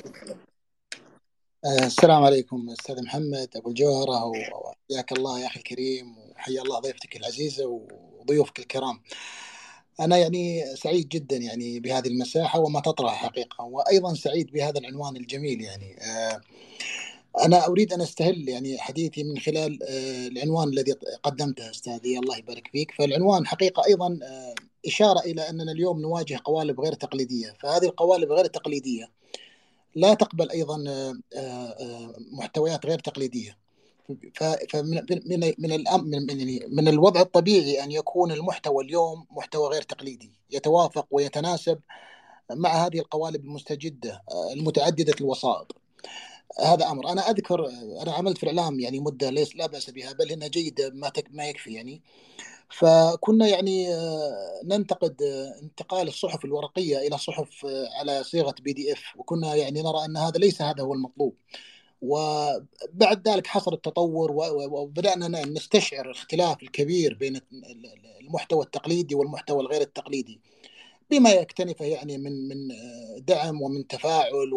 السلام عليكم أستاذ محمد أبو الجوهرة، وحياك الله يا أخي الكريم، وحيا الله ضيفتك العزيزة وضيوفك الكرام. أنا يعني سعيد جدا يعني بهذه المساحة وما تطرح حقيقة، وأيضا سعيد بهذا العنوان الجميل. يعني أنا أريد أن أستهل يعني حديثي من خلال العنوان الذي قدمته أستاذي، الله يبارك فيك. فالعنوان حقيقة أيضا إشارة إلى أننا اليوم نواجه قوالب غير تقليدية، فهذه القوالب غير التقليدية لا تقبل أيضا محتويات غير تقليدية. فمن من الوضع الطبيعي أن يكون المحتوى اليوم محتوى غير تقليدي يتوافق ويتناسب مع هذه القوالب المستجدة المتعددة الوسائط. هذا أمر أنا أذكر، أنا عملت في الإعلام يعني مدة ليس لا بأس بها، بل إنها جيدة ما يكفي يعني. فكنا يعني ننتقد انتقال الصحف الورقية إلى صحف على صيغة PDF، وكنا يعني نرى أن هذا هو المطلوب. وبعد ذلك حصل التطور وبدأنا نستشعر الاختلاف الكبير بين المحتوى التقليدي والمحتوى الغير التقليدي، بما يكتنفه يعني من دعم ومن تفاعل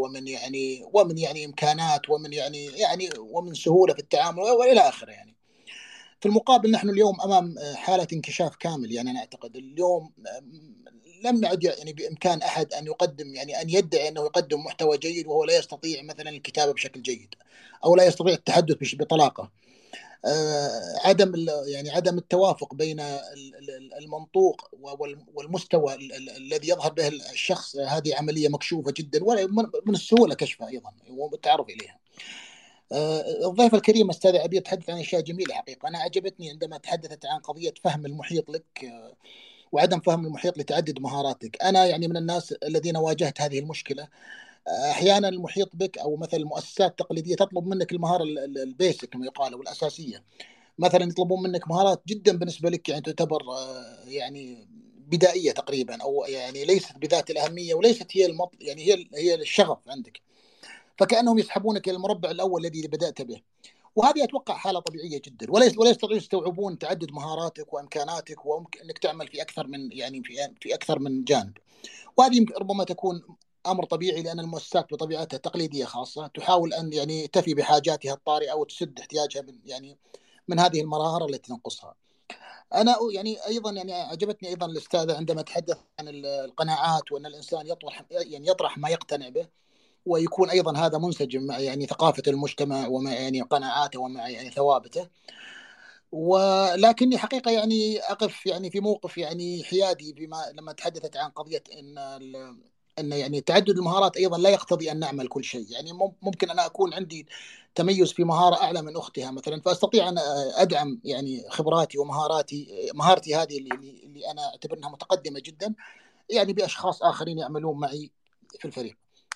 ومن يعني إمكانات ومن يعني ومن سهولة في التعامل وإلى آخره يعني. في المقابل نحن اليوم أمام حالة انكشاف كامل. يعني أنا أعتقد اليوم لم يعد يعني بإمكان أحد أن يقدم، يعني أن يدعي أنه يقدم محتوى جيد وهو لا يستطيع مثلا الكتابة بشكل جيد، أو لا يستطيع التحدث بطلاقة. يعني عدم التوافق بين المنطوق والمستوى الذي يظهر به الشخص، هذه عملية مكشوفة جدا ومن السهولة كشفها أيضا والتعرف إليها. الضيفة الكريمة أستاذة عبير تحدث عن أشياء جميلة حقيقة. أنا عجبتني عندما تحدثت عن قضية فهم المحيط لك وعدم فهم المحيط لتعدد مهاراتك. أنا يعني من الناس الذين واجهت هذه المشكلة. أحيانا المحيط بك أو مثلا المؤسسات التقليدية تطلب منك المهارة البيسك كما يقال والأساسية، مثلا يطلبون منك مهارات جدا بالنسبة لك يعني تعتبر يعني بدائية تقريبا، أو يعني ليست بذات الأهمية وليست هي يعني هي الشغف عندك، فكأنهم يسحبونك إلى المربع الأول الذي بدأت به. وهذه أتوقع حالة طبيعية جدا، ولا يستطيعون يستوعبون تعدد مهاراتك وإمكاناتك وممكن أنك تعمل في أكثر من يعني في أكثر من جانب. وهذه ربما تكون أمر طبيعي، لأن المؤسسات بطبيعتها تقليدية خاصة تحاول أن يعني تفي بحاجاتها الطارئة أو تسد احتياجها من هذه المهارة التي تنقصها. أنا يعني أيضا يعني عجبتني أيضا الأستاذة عندما تحدث عن القناعات، وأن الإنسان يطرح ما يقتنع به، ويكون أيضا هذا منسجم مع يعني ثقافة المجتمع ومع يعني قناعاته ومع يعني ثوابته. ولكني حقيقة يعني أقف يعني في موقف يعني حيادي لما تحدثت عن قضية أن يعني تعدد المهارات أيضا لا يقتضي أن نعمل كل شيء. يعني ممكن أنا أكون عندي تميز في مهارة أعلى من أختها مثلا، فأستطيع أن أدعم يعني خبراتي مهارتي هذه اللي أنا أعتبر أنها متقدمة جدا يعني بأشخاص آخرين يعملون معي في الفريق.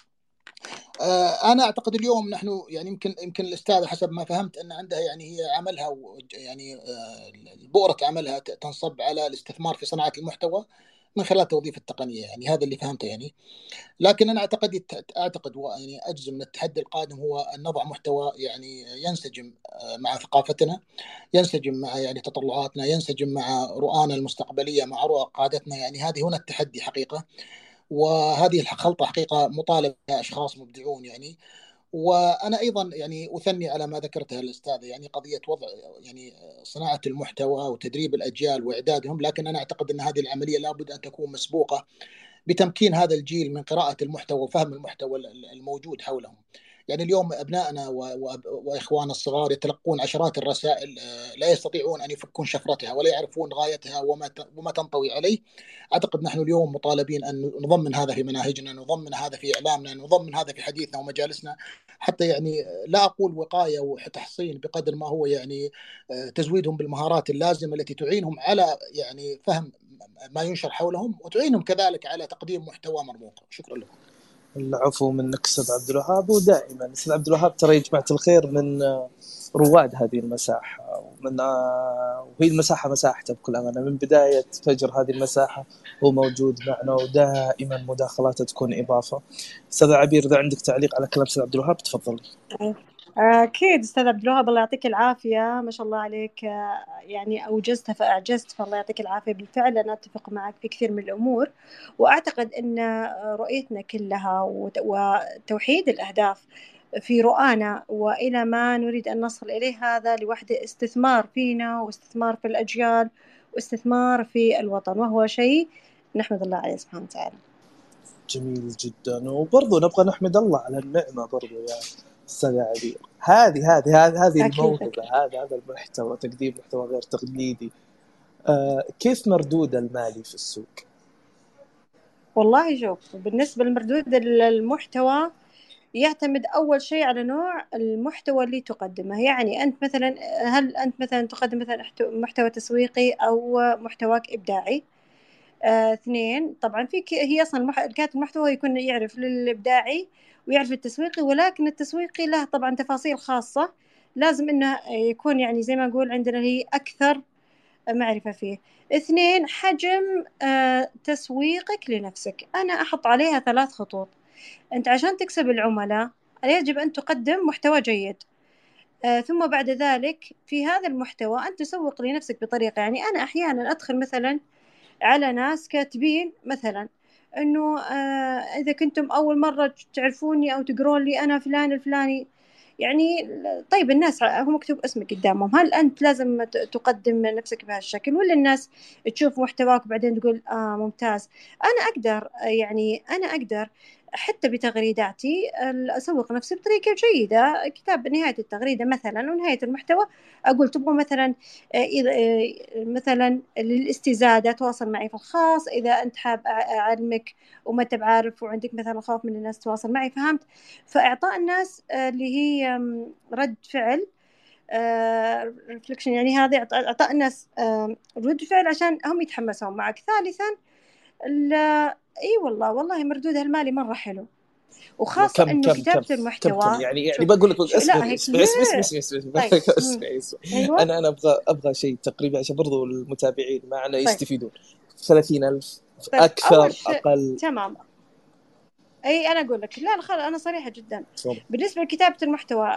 أنا أعتقد اليوم نحن يعني يمكن الأستاذة حسب ما فهمت أن عندها يعني هي عملها يعني بؤرة عملها تنصب على الاستثمار في صناعة المحتوى من خلال توظيف التقنية، يعني هذا اللي فهمته يعني. لكن أنا أعتقد ويعني أجزم أن التحدي القادم هو أن نضع محتوى يعني ينسجم مع ثقافتنا، ينسجم مع يعني تطلعاتنا، ينسجم مع رؤانا المستقبلية، مع رؤى قادتنا. يعني هذه هنا التحدي حقيقة، وهذه الخلطة حقيقة مطالب بها أشخاص مبدعون يعني. وأنا أيضا يعني أثني على ما ذكرتها الأستاذة، يعني قضية وضع يعني صناعة المحتوى وتدريب الأجيال وإعدادهم، لكن أنا أعتقد أن هذه العملية لابد أن تكون مسبوقة بتمكين هذا الجيل من قراءة المحتوى وفهم المحتوى الموجود حولهم. يعني اليوم أبنائنا وإخواننا الصغار يتلقون عشرات الرسائل، لا يستطيعون أن يفكون شفرتها ولا يعرفون غايتها وما تنطوي عليه. أعتقد نحن اليوم مطالبين أن نضمن هذا في مناهجنا، نضمن هذا في إعلامنا، نضمن هذا في حديثنا ومجالسنا، حتى يعني لا أقول وقاية وتحصين بقدر ما هو يعني تزويدهم بالمهارات اللازمة التي تعينهم على يعني فهم ما ينشر حولهم، وتعينهم كذلك على تقديم محتوى مرموق. شكرا لكم. العفو منك أستاذ عبد الوهاب. ودائما أستاذ عبد الوهاب ترى يا جماعة الخير من رواد هذه المساحة، وهي المساحة مساحته بكل أمانة. من بداية فجر هذه المساحة هو موجود معنا، ودائما مداخلاته تكون إضافة. أستاذ عبير إذا عندك تعليق على كلام أستاذ عبد الوهاب تفضلي. أكيد أستاذ عبد الوهاب الله يعطيك العافية، ما شاء الله عليك، يعني أوجزت فأعجزت، فالله يعطيك العافية. بالفعل أنا أتفق معك في كثير من الأمور، وأعتقد أن رؤيتنا كلها وتوحيد الأهداف في رؤانا وإلى ما نريد أن نصل إليه هذا لوحده استثمار فينا واستثمار في الأجيال واستثمار في الوطن، وهو شيء نحمد الله عليه سبحانه وتعالى. جميل جدا. وبرضو نبغى نحمد الله على النعمة برضو يا أستاذ عبير، هذه الموهبة، هذا المحتوى، تقديم محتوى غير تقليدي. كيف مردود المالي في السوق؟ والله شوف، بالنسبة لمردود المحتوى يعتمد أول شيء على نوع المحتوى اللي تقدمه. يعني أنت مثلا، هل أنت مثلا تقدم مثلا محتوى تسويقي أو محتواك إبداعي؟ اثنين، طبعا هي أصلا كاتب المحتوى يكون يعرف الإبداعي ويعرف التسويقي، ولكن التسويقي له طبعا تفاصيل خاصة لازم إنه يكون يعني زي ما نقول عندنا هي أكثر معرفة فيه. اثنين، حجم تسويقك لنفسك. أنا أحط عليها 3 خطوط. أنت عشان تكسب العملاء يجب أن تقدم محتوى جيد، ثم بعد ذلك في هذا المحتوى أن تسوق لنفسك بطريقة. يعني أنا أحيانا أدخل مثلا على ناس كاتبين مثلا إنه إذا كنتم أول مرة تعرفوني أو تقرون لي أنا فلان الفلاني، يعني طيب الناس هو مكتوب اسمك قدامهم، هل أنت لازم تقدم نفسك بهالشكل، ولا الناس تشوف محتواك وبعدين تقول ممتاز؟ أنا أقدر يعني أنا أقدر حتى بتغريداتي أسوق نفسي بطريقة جيدة. كتاب نهاية التغريدة مثلا ونهاية المحتوى أقول تبغوا مثلا إذا مثلا للاستزادة تواصل معي في الخاص، إذا أنت حاب أعلمك وما أنت بعارف وعندك مثلا خوف من الناس تواصل معي، فهمت؟ فإعطاء الناس اللي هي رد فعل ريفلكشن، يعني هذه إعطاء الناس رد فعل عشان هم يتحمسون معك. ثالثا اي والله مردودها المالي مرة حلو، وخاصة كم انه كم كم كتابة كم المحتوى. يعني شوف بقول لك لا اصبري هيك اصبري اصبري اصبري اصبري طيب اصبري ايوه انا ابغى شيء تقريبا عشان برضو المتابعين معنا طيب يستفيدون. 30,000 طيب اكثر اول شيء اقل؟ تمام. اي انا اقول لك لا خلاص انا صريحة جدا. تفضل. بالنسبة لكتابة المحتوى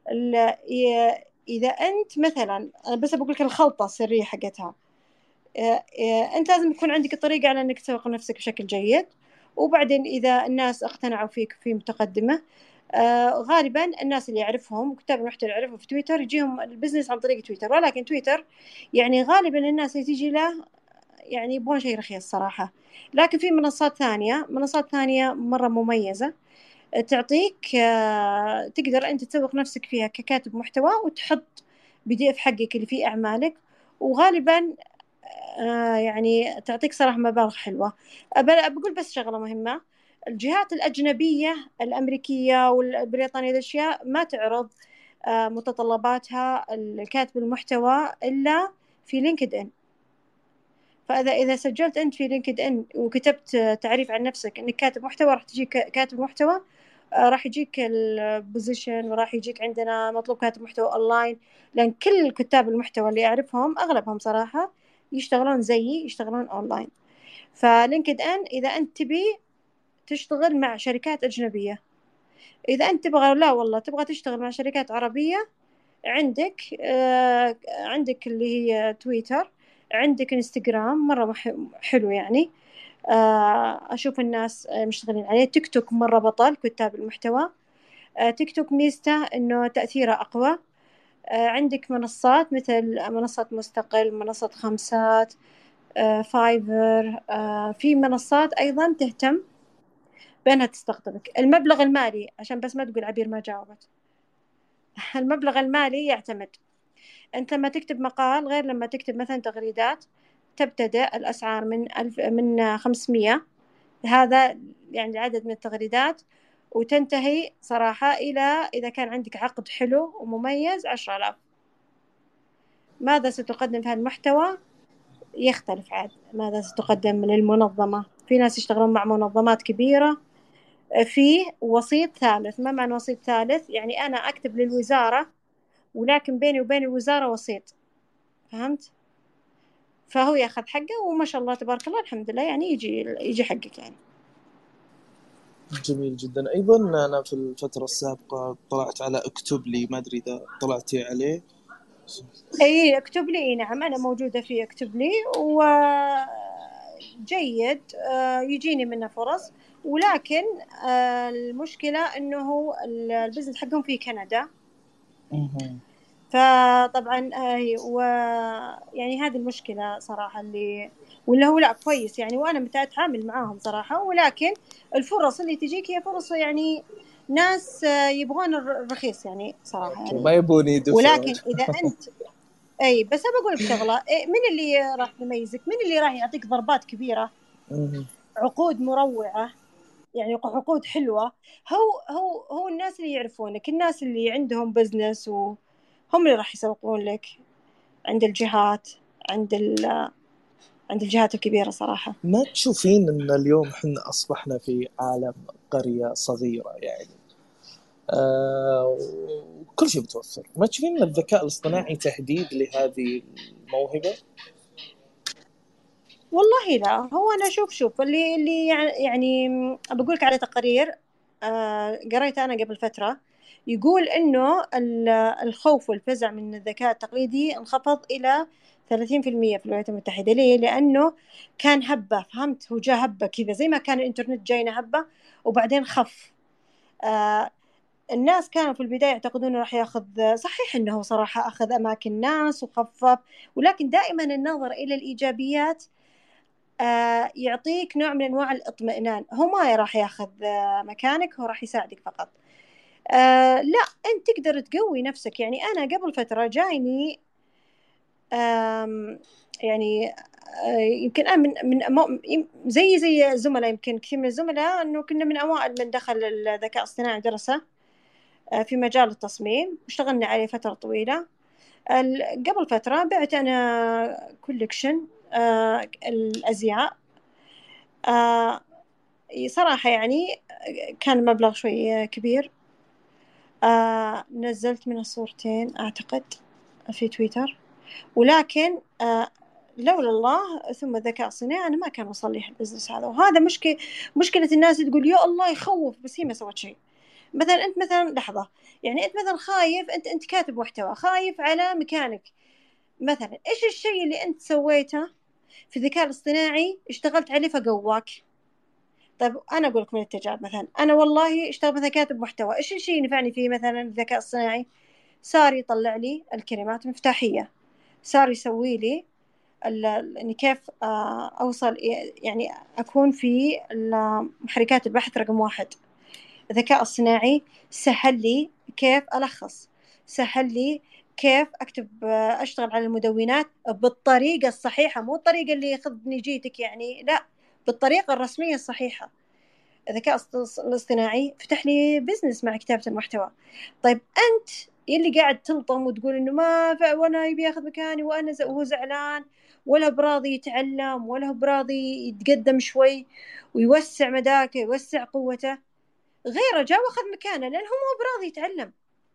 اذا انت مثلا بس بقول لك الخلطة السرية حقتها، أنت لازم يكون عندك الطريقة على أنك تسوق نفسك بشكل جيد، وبعدين إذا الناس اقتنعوا فيك في متقدمة، غالبا الناس اللي يعرفهم وكتاب المحتوى اللي يعرفهم في تويتر يجيهم البزنس عن طريق تويتر، ولكن تويتر يعني غالبا الناس اللي تيجي له يعني يبغون شيء رخيص صراحة. لكن في منصات ثانية مرة مميزة تعطيك تقدر أنت تسوق نفسك فيها ككاتب محتوى وتحط PDF حقك اللي فيه أعمالك، وغالبا يعني تعطيك صراحة مبالغ حلوة. بقول بس شغلة مهمة، الجهات الأجنبية الأمريكية والبريطانية الأشياء ما تعرض متطلباتها الكاتب المحتوى إلا في لينكد إن. فإذا سجلت أنت في لينكد إن وكتبت تعريف عن نفسك إنك كاتب محتوى، راح تجيك كاتب محتوى، راح يجيك البوزيشن وراح يجيك عندنا مطلوب كاتب محتوى أونلاين، لأن كل كتاب المحتوى اللي أعرفهم أغلبهم صراحة يشتغلون زيي، يشتغلون أونلاين. فلينكد إن إذا أنت تبي تشتغل مع شركات أجنبية، إذا أنت تبغى لا والله تبغى تشتغل مع شركات عربية، عندك اللي هي تويتر، عندك انستغرام مرة حلو يعني، أشوف الناس مشتغلين عليه. تيك توك مرة بطل كتاب المحتوى، تيك توك ميزته إنه تأثيره أقوى. عندك منصات مثل منصة مستقل، منصة خمسات، فايفر، في منصات أيضا تهتم بأنها تستقطبك. المبلغ المالي عشان بس ما تقول عبير ما جاوبت المبلغ المالي يعتمد، أنت لما تكتب مقال غير لما تكتب مثلا تغريدات. تبتدأ الأسعار من 500، هذا يعني عدد من التغريدات، وتنتهي صراحة إلى إذا كان عندك عقد حلو ومميز 10,000. ماذا ستقدم في هذا المحتوى يختلف عاد ماذا ستقدم للمنظمة. في ناس يشتغلون مع منظمات كبيرة، في وسيط ثالث. ما معنى وسيط ثالث؟ يعني أنا أكتب للوزارة ولكن بيني وبين الوزارة وسيط، فهمت؟ فهو ياخذ حقه وما شاء الله تبارك الله الحمد لله يعني يجي حقك يعني. جميل جدا. ايضا انا في الفتره السابقه طلعت على اكتب لي، ما ادري اذا طلعتي عليه. اي اكتب لي، نعم انا موجودة في اكتب لي وجيد، يجيني منه فرص، ولكن المشكلة انه البزنس حقهم في كندا، فطبعا يعني هذه المشكلة صراحة ولا هو لا كويس يعني، وأنا متعامل معاهم صراحة، ولكن الفرص اللي تجيك هي فرص يعني ناس يبغون الرخيص يعني صراحة يعني. ما يبون يدفعون. ولكن إذا أنت بس أبى أقولك شغلة، من اللي راح يميزك؟ من اللي راح يعطيك ضربات كبيرة، عقود مروعة يعني عقود حلوة؟ هو الناس اللي يعرفونك، الناس اللي عندهم بزنس، وهم اللي راح يسوقون لك عند الجهات، عند الجهات الكبيرة صراحة. ما تشوفين ان اليوم احنا اصبحنا في عالم قرية صغيرة يعني، وكل شيء متوفر؟ ما تشوفين ان الذكاء الاصطناعي تهديد لهذه الموهبة؟ والله لا، هو أنا شوف اللي يعني بقولك على تقرير قريت أنا قبل فترة يقول إنه الخوف والفزع من الذكاء التقليدي انخفض إلى 30% في الولايات المتحدة. ليه؟ لأنه كان هبة، فهمت؟ هو جاء هبة كذا زي ما كان الإنترنت جاينا هبة وبعدين خف. الناس كانوا في البداية يعتقدون راح ياخذ، صحيح انه صراحة اخذ اماكن ناس وخفف، ولكن دائما النظر الى الايجابيات يعطيك نوع من انواع الاطمئنان. هو ما راح ياخذ مكانك، هو راح يساعدك فقط. لا، انت تقدر تقوي نفسك. يعني انا قبل فترة جايني يعني يمكن أنا زي زملاء، يمكن كثير من الزملاء أنه كنا من أوائل من دخل الذكاء الاصطناعي درسه في مجال التصميم، واشتغلنا عليه فترة طويلة. قبل فترة بعت أنا كولكشن الأزياء. صراحة يعني كان مبلغ شوي كبير. نزلت منه صورتين أعتقد في تويتر، ولكن لولا الله ثم الذكاء الصناعي أنا ما كان وصل لي البزنس هذا. وهذا مشكلة الناس تقول يا الله يخوف، بس هي ما سوت شيء. مثلا أنت مثلا لحظة، يعني أنت مثلا خايف، أنت كاتب محتوى خايف على مكانك مثلا، إيش الشيء اللي أنت سويته في الذكاء الاصطناعي اشتغلت عليه فقواك؟ طيب أنا أقول لكم من التجارب، مثلا أنا والله اشتغل مثلا كاتب محتوى، إيش الشيء اللي نفعني فيه مثلا الذكاء الصناعي؟ صار يطلع لي الكلمات المفتاحية، صار يسوي لي إني كيف أوصل، يعني أكون في محركات البحث رقم 1. الذكاء الصناعي سهل لي كيف ألخص، سهل لي كيف أكتب، أشتغل على المدونات بالطريقة الصحيحة، مو الطريقة اللي ياخذني جيتك يعني، لا، بالطريقة الرسمية الصحيحة. الذكاء الاصطناعي فتح لي بزنس مع كتابة المحتوى. طيب أنت يلي قاعد تلطم وتقول إنه ما وأنا يبي ياخذ مكاني وهو زعلان، ولا براضي يتعلم، ولا هو براضي يتقدم شوي ويوسع مداكه يوسع قوته، غيره جاء واخذ مكانه لأنه هو براضي يتعلم.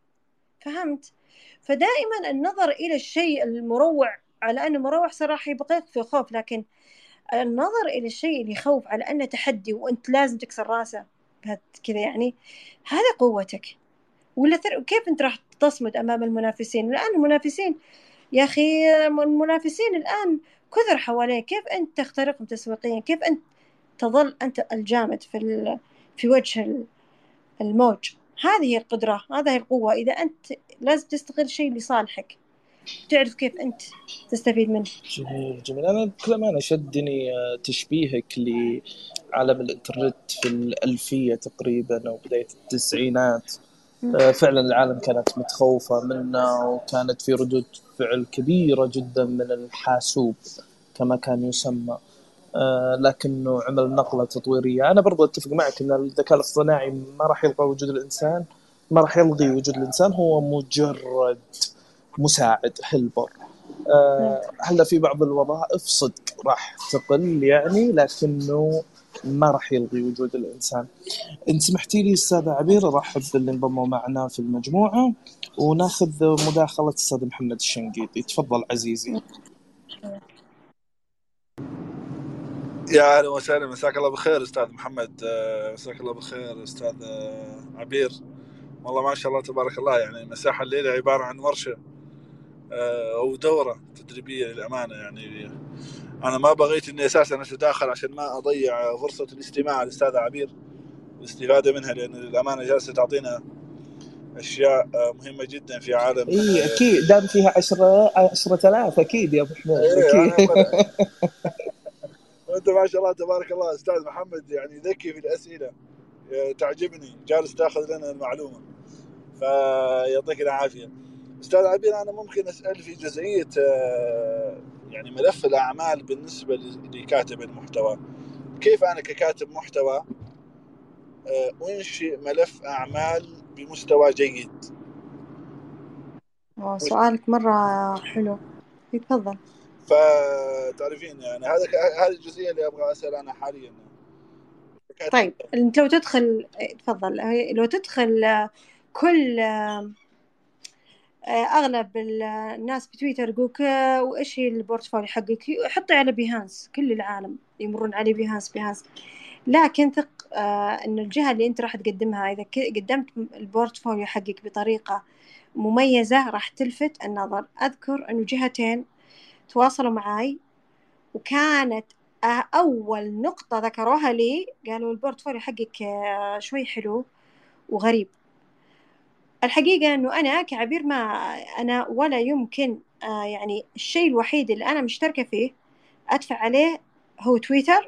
فهمت؟ فدائما النظر إلى الشيء المروع على أنه مروع صراحة يبقيك في خوف، لكن النظر إلى الشيء اللي يخوف على أنه تحدي وأنت لازم تكسر راسه كذا، يعني هذا قوتك. ولا كيف أنت راح تصمد أمام المنافسين؟ الآن المنافسين يا أخي، المنافسين الآن كثر حواليك، كيف أنت تخترقهم تسويقيا؟ كيف أنت تظل أنت الجامد في وجه الموج؟ هذه هي القدرة، هذه هي القوة. إذا أنت لازم تستغل الشيء لصالحك، تعرف كيف أنت تستفيد منه. جميل جميل. أنا بكل أمانة شدني تشبيهك لعالم الإنترنت في الألفية تقريبا أو بداية التسعينات. فعلا العالم كانت متخوفة منه، وكانت في ردود فعل كبيرة جدا من الحاسوب كما كان يسمى. لكنه عمل نقلة تطويرية. أنا برضو أتفق معك أن الذكاء الاصطناعي ما راح يلغي وجود الإنسان، ما راح يلغي وجود الإنسان، هو مجرد مساعد، هيلبر. هلا في بعض الوظائف صدق راح تقل يعني، لكنه ما راح يلغي وجود الإنسان. إن سمحتي لي أستاذ عبير أرحب باللي انضموا معنا في المجموعة، وناخذ مداخلة أستاذ محمد الشنقيطي. تفضل عزيزي. يا اهلا وسهلا، مساك الله بالخير استاذ محمد. مساك الله بالخير استاذ عبير. والله ما شاء الله تبارك الله، يعني المساحه الليله عباره عن ورشه او دوره تدريبيه للامانه. يعني انا ما بغيت اني اساسا اتداخل عشان ما اضيع فرصه الاستماع للاستاذ عبير والاستفاده منها، لان الامانه جالسه تعطينا اشياء مهمه جدا في عالم. اي اكيد، دام فيها 10,000 اكيد يا ابو حميد. اكيد. وانت ما شاء الله تبارك الله استاذ محمد، يعني ذكي في الاسئله، تعجبني، جالس تاخذ لنا المعلومه، فيعطيك العافيه استاذ عبير. انا ممكن اسال في جزئيه يعني ملف الاعمال بالنسبه لكاتب المحتوى. كيف انا ككاتب محتوى انشئ ملف اعمال بمستوى جيد؟ سؤالك مرة حلو، تفضل. فتعرفين يعني هذه الجزئيه اللي ابغى اسال انا حاليا. طيب انت لو تدخل، تفضل، لو تدخل كل اغلب الناس بتويتر يقولك وايش هي البورتفوليو حقك، حطي على بيهانس، كل العالم يمرون عليه بيهانس. لكن ثق ان الجهة اللي انت راح تقدمها، اذا قدمت البورتفوليو حقك بطريقة مميزة راح تلفت النظر. اذكر انه جهتين تواصلوا معاي، وكانت أول نقطة ذكروها لي قالوا البورتفوليو حقك شوي حلو وغريب. الحقيقة أنه أنا كعبير ما أنا ولا يمكن يعني الشيء الوحيد اللي أنا مشتركة فيه أدفع عليه هو تويتر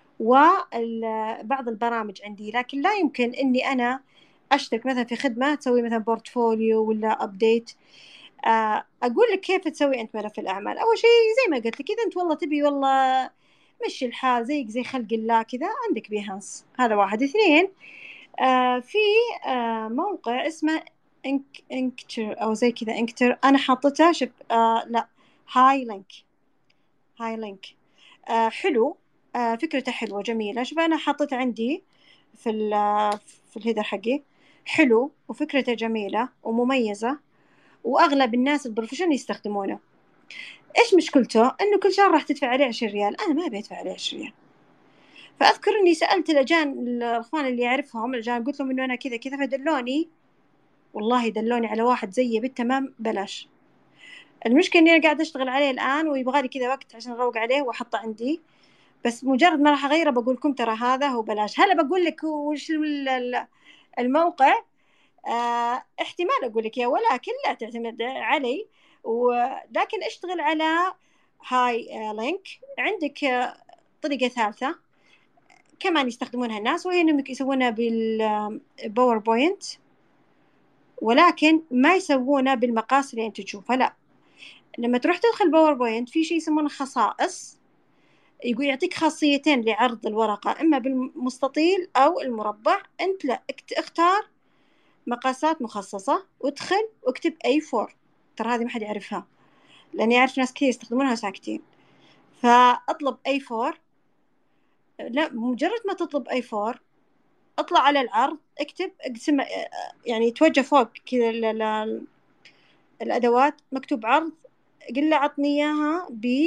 وبعض البرامج عندي، لكن لا يمكن أني أنا أشترك مثلا في خدمة تسوي مثلا بورتفوليو ولا أبديت. أقول لك كيف تسوي أنت ملف الأعمال. أول شيء زي ما قلت لك، إذا أنت والله تبي والله مشي الحال زيك زي خلق الله كذا، عندك بيهانس، هذا واحد. اثنين، في موقع اسمه انكتر أو زي كذا انكتر، أنا حاطته شوف لا هاي لينك حلو، فكرته حلوة جميلة. شوف أنا حاطته عندي في الهيدر حقي، حلو وفكرته جميلة ومميزة، وأغلب الناس البروفيشنال يستخدمونه. إيش مشكلته؟ إنه كل شهر راح تدفع عليه 20 ريال، أنا ما أبي أدفع عليه 20 ريال. فأذكر إني سألت الأخوان اللي أعرفهم الأجانب، قلت لهم إنه أنا كذا كذا، فدلوني، والله دلوني على واحد زيه بالتمام بلاش. المشكلة إني أنا قاعدة أشتغل عليه الآن ويبغالي كذا وقت عشان أروق عليه وأحطه عندي، بس مجرد ما راح أغيره بقول لكم ترى هذا هو بلاش. هلا بقول لك وش الموقع، احتمال أقول لك إياه، ولكن لا تعتمد علي، ولكن اشتغل على هاي لينك. عندك طريقة ثالثة كمان يستخدمونها الناس، وهي إنهم يسوونها بالباوربوينت، ولكن ما يسوونها بالمقاس اللي أنت تشوفها، لا. لما تروح تدخل باوربوينت في شيء يسمونه خصائص، يقول يعطيك خاصيتين لعرض الورقة، إما بالمستطيل أو المربع. أنت لا، اختار مقاسات مخصصة وادخل واكتب A4. ترى هذه ما حد يعرفها، لأني أعرف ناس كثير يستخدمونها ساكتين. فأطلب A4، لا مجرد ما تطلب A4 اطلع على العرض، اكتب اقسم، يعني توجه فوق كذا الأدوات مكتوب عرض، قل له عطني إياها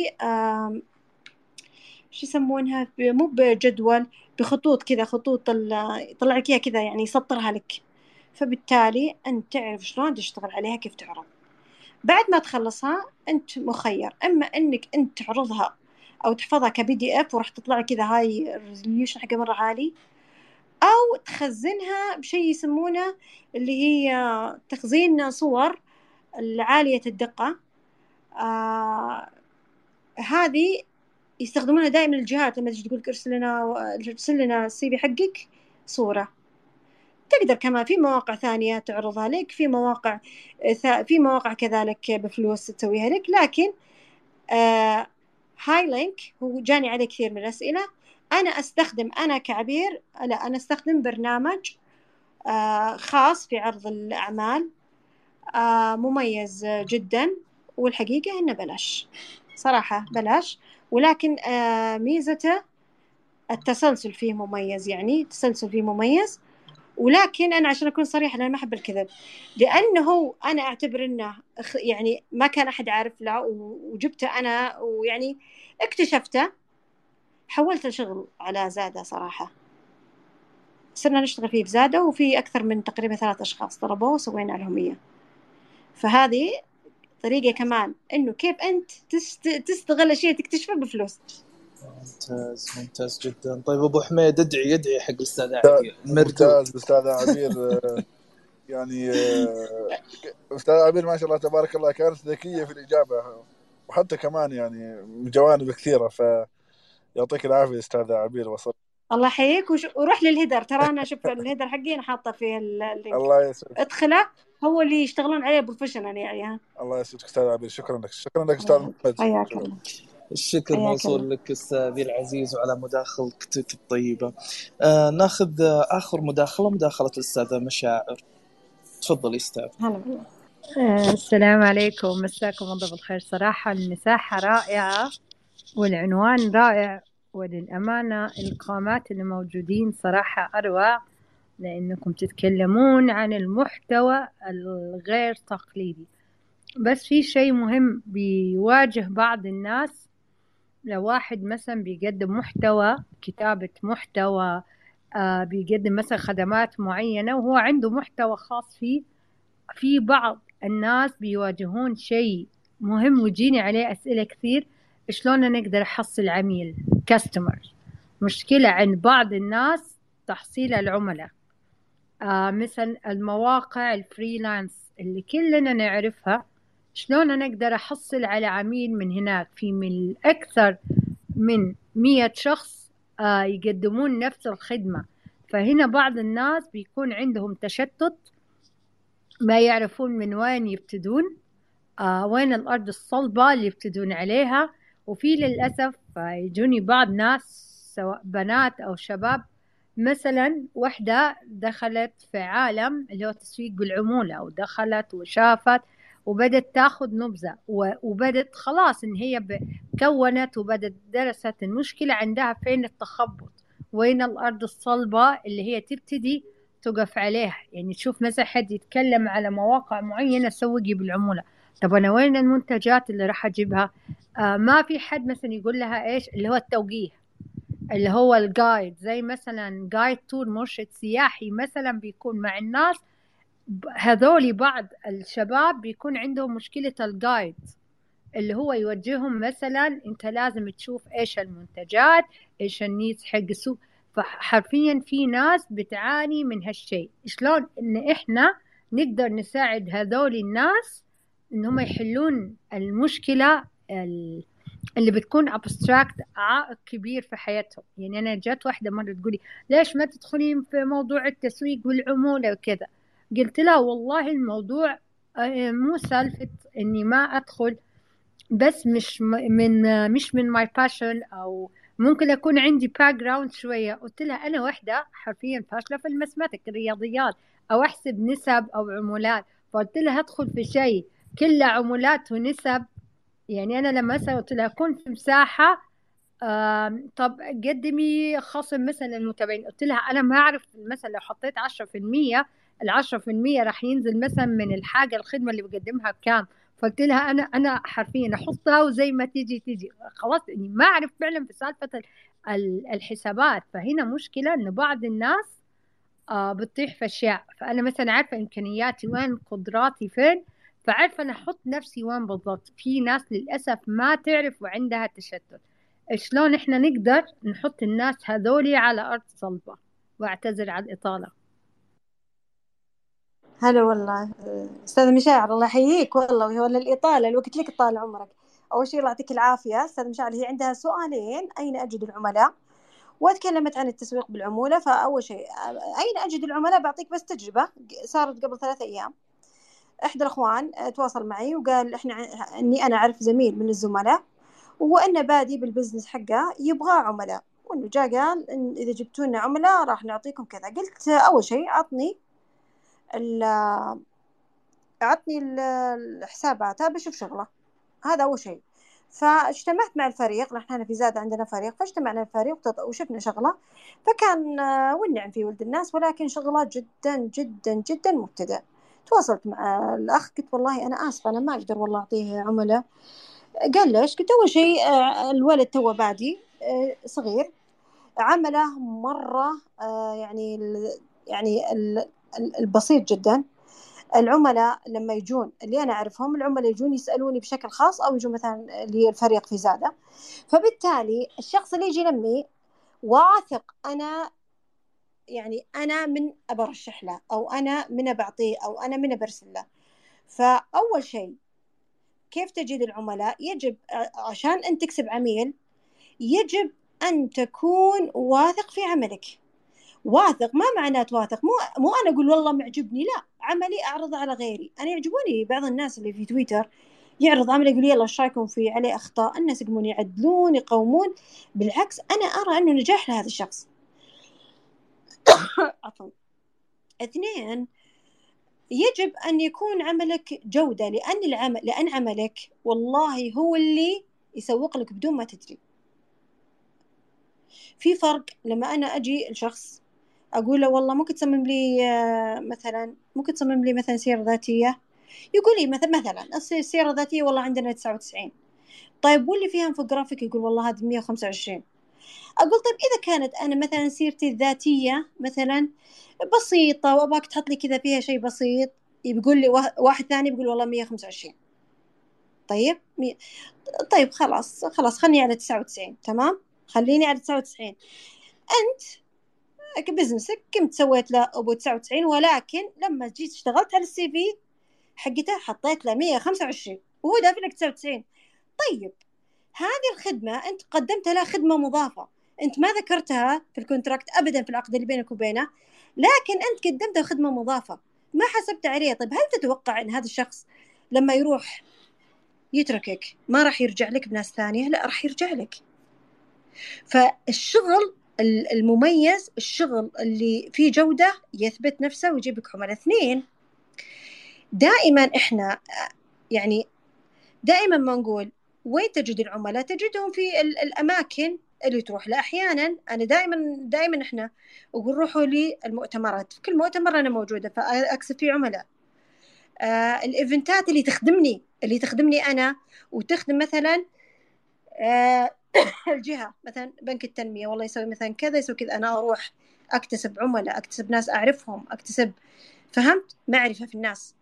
شو يسمونها، مو بجدول، بخطوط كذا، خطوط يطلع لك إياها كذا، يعني يسطرها لك. فبالتالي أنت تعرف شلون تشتغل عليها، كيف تعرض. بعد ما تخلصها أنت مخير، إما أنك أنت تعرضها أو تحفظها كPDF وراح تطلع كذا هاي الريزوليوشن حقه مرة عالي، أو تخزنها بشيء يسمونه اللي هي تخزين صور عالية الدقة. هذه يستخدمونها دائما الجهات لما تجي تقول ارسل لنا السي في حقك صورة. تقدر كمان في مواقع ثانية تعرضها لك، في مواقع كذلك بفلوس تسويها لك، لكن هاي لينك هو جاني عليه كثير من الأسئلة. أنا كعبير لا، أنا أستخدم برنامج خاص في عرض الأعمال، مميز جدا، والحقيقة إنه بلاش، صراحة بلاش، ولكن ميزته التسلسل فيه مميز، يعني التسلسل فيه مميز. ولكن أنا عشان أكون صريحة، أنا ما أحب الكذب، لأنه أنا أعتبر إنه يعني ما كان أحد عارف له، وجبته أنا ويعني اكتشفته، حولت الشغل على زادة صراحة، صرنا نشتغل فيه بزادة، وفي أكثر من تقريبا 3 أشخاص طلبوه وسوينا لهم إياه. فهذه طريقة كمان إنه كيف أنت تستغل أشياء تكتشفها بفلوس. ممتاز جدا. طيب أبو حميد، ادعي حق الأستاذ عبير. ممتاز أستاذ عبير. يعني أستاذ عبير ما شاء الله تبارك الله كانت ذكية في الإجابة، وحتى كمان يعني بجوانب كثيرة، فيعطيك العافية أستاذ عبير. وصل الله يحييك، وروح للهيدر، ترى أنا شوف الهيدر حقي أنا حاطة فيه اللينك، الله يسعدك، ادخله، هو اللي يشتغلون عليه بروفيشنال يعني. الله يسعدك أستاذ عبير، شكرا لك أستاذ محمد. حياك الله. الشكر موصول لك أستاذي العزيز وعلى مداخلتك الطيبة. ناخذ آخر مداخلة الأستاذة مشاعر. تفضلي أستاذ. السلام عليكم، مساكم الله بالخير. صراحة المساحة رائعة والعنوان رائع، وللأمانة القامات اللي موجودين صراحة أروع، لأنكم تتكلمون عن المحتوى الغير تقليدي. بس في شيء مهم بيواجه بعض الناس، لو واحد مثلا بيقدم محتوى، كتابة محتوى، بيقدم مثلا خدمات معينة وهو عنده محتوى خاص فيه، في بعض الناس بيواجهون شيء مهم ويجيني عليه أسئلة كثير، شلون نقدر أحصل عميل كاستمر. مشكلة عند بعض الناس تحصيل العملاء. مثلا المواقع الفريلانس اللي كلنا نعرفها، شلون أنا أقدر أحصل على عميل من هناك في من أكثر من 100 شخص يقدمون نفس الخدمة. فهنا بعض الناس بيكون عندهم تشتت، ما يعرفون من وين يبتدون، وين الأرض الصلبة اللي يبتدون عليها. وفي للأسف يجوني بعض ناس سواء بنات أو شباب، مثلا وحدة دخلت في عالم اللي هو تسويق بالعمولة، ودخلت وشافت وبدت تاخذ نبذة، وبدت خلاص إن هي كونت وبدت درست المشكلة عندها فين التخبط، وين الأرض الصلبة اللي هي تبتدي تقف عليها. يعني تشوف مثلا حد يتكلم على مواقع معينة سوقي بالعمولة، طب أنا وين المنتجات اللي راح أجيبها؟ ما في حد مثلا يقول لها إيش اللي هو التوجيه، اللي هو الجايد، زي مثلا جايد تور، مرشد سياحي مثلا بيكون مع الناس هذولي. بعض الشباب بيكون عندهم مشكلة الجايد اللي هو يوجههم، مثلا انت لازم تشوف ايش المنتجات، ايش النيز حق السوق. فحرفيا في ناس بتعاني من هالشيء. شلون ان احنا نقدر نساعد هذول الناس ان هم يحلون المشكلة اللي بتكون ابستراكت، عائق كبير في حياتهم. يعني انا جات واحدة مرة تقولي ليش ما تدخلين في موضوع التسويق والعمولة وكذا؟ قلت لها والله الموضوع مو سالفة اني ما ادخل، بس مش من ماي باشن، او ممكن اكون عندي باك جراوند شويه. قلت لها انا واحده حرفيا فاشله في الماثماتيك الرياضيات، او احسب نسب او عمولات. فقلت لها ادخل في شيء كله عمولات ونسب. يعني انا لما قلت لها كنت في مساحه طب قدمي خصم مثلا للمتابعين، قلت لها انا ما اعرف مثلا لو حطيت 10%، ال10% راح ينزل مثلا من الحاجه الخدمه اللي بقدمها بكام. فقلت لها انا حرفيا احطها وزي ما تيجي خلاص، اني ما اعرف فعلا في سالفه الحسابات. فهنا مشكله ان بعض الناس بتطيح في اشياء. فانا مثلا عارفه امكانياتي وين، قدراتي فين، فعارفه انا احط نفسي وين بالضبط. في ناس للاسف ما تعرف وعندها تشتت. شلون احنا نقدر نحط الناس هذولي على ارض صلبه؟ واعتذر على الاطاله. هلا والله أستاذ مشاعر، الله يحييك والله، ولا الإطالة الوقت لك طال عمرك. أول شيء الله يعطيك العافية أستاذ مشاعر. هي عندها سؤالين: أين أجد العملاء؟ وتكلمت عن التسويق بالعمولة. فأول شيء أين أجد العملاء؟ بعطيك بس تجربة صارت قبل 3 أيام. إحدى الأخوان تواصل معي وقال إني أنا أعرف زميل من الزملاء وإنه بادي بالبزنس حقه يبغى عملاء، وإنه جاء قال إن إذا جبتونا عملاء راح نعطيكم كذا. قلت أول شيء عطني الحسابات بشوف شغله، هذا أول شيء. فاجتمعت مع الفريق، نحن هنا في زاد عندنا فريق، فاجتمعنا الفريق وشفنا شغله. فكان والنعم في ولد الناس، ولكن شغله جدا جدا جدا مبتدئ. تواصلت مع الأخ قلت والله أنا آسفة أنا ما أقدر والله أعطيه عملاء. قال ليش؟ قلت أول شيء الولد توه بادي صغير، عمله مرة يعني البسيط جدا. العملاء لما يجون اللي أنا أعرفهم، العملاء يجون يسألوني بشكل خاص أو يجون مثلا للفريق في زادة. فبالتالي الشخص اللي يجي لمي واثق أنا، يعني أنا من أبرشح له، أو أنا من بعطيه، أو أنا من برسل له. فأول شيء كيف تجد العملاء؟ يجب عشان أن تكسب عميل يجب أن تكون واثق في عملك. واثق ما معناه واثق مو أنا أقول والله معجبني، لا، عملي أعرضه على غيري. أنا يعجبوني بعض الناس اللي في تويتر يعرض عملي يقول يلا ايش رايكم في عليه أخطاء، الناس يقومون يعدلون يقومون. بالعكس أنا أرى أنه نجاح لهذا الشخص. عفوا. 2، يجب أن يكون عملك جودة، لأن عملك والله هو اللي يسوق لك بدون ما تدري. في فرق لما أنا أجي الشخص أقول له والله ممكن تصمم لي مثلا سيرة ذاتية، يقول لي مثلا السيرة الذاتية والله عندنا 99، طيب واللي فيها انفوجرافيك يقول والله هذه 125. أقول طيب إذا كانت أنا مثلا سيرتي الذاتية مثلا بسيطة وأباك تحط لي كذا فيها شيء بسيط، يقول لي واحد ثاني بيقول والله 125. طيب خلاص خليني على 99. تمام، خليني على 99. أنت بزنسك كنت سويت له أبو 99، ولكن لما جيت اشتغلت على السي في حقته حطيت له 125 وهو دافع لك 99. طيب هذه الخدمة أنت قدمت لها خدمة مضافة، أنت ما ذكرتها في الكونتراكت أبدا في العقد اللي بينك وبينه، لكن أنت قدمت خدمة مضافة ما حسبت عليه. طيب هل تتوقع أن هذا الشخص لما يروح يتركك ما راح يرجع لك بناس ثانية؟ لا، راح يرجع لك. فالشغل المميز، الشغل اللي فيه جودة يثبت نفسه ويجيب لك عملاء. 2، دائما إحنا يعني دائما ما نقول وين تجد العملاء؟ تجدهم في الأماكن اللي تروح لها. أحيانا أنا دائما إحنا أقول روحوا لي المؤتمرات، في كل مؤتمر أنا موجودة فأكسب فيه عملاء. الإيفنتات اللي تخدمني أنا وتخدم مثلا الجهة، مثلا بنك التنمية والله يسوي مثلا كذا يسوي كذا، أنا أروح أكتسب عملاء، أكتسب ناس أعرفهم، أكتسب فهمت معرفة في الناس.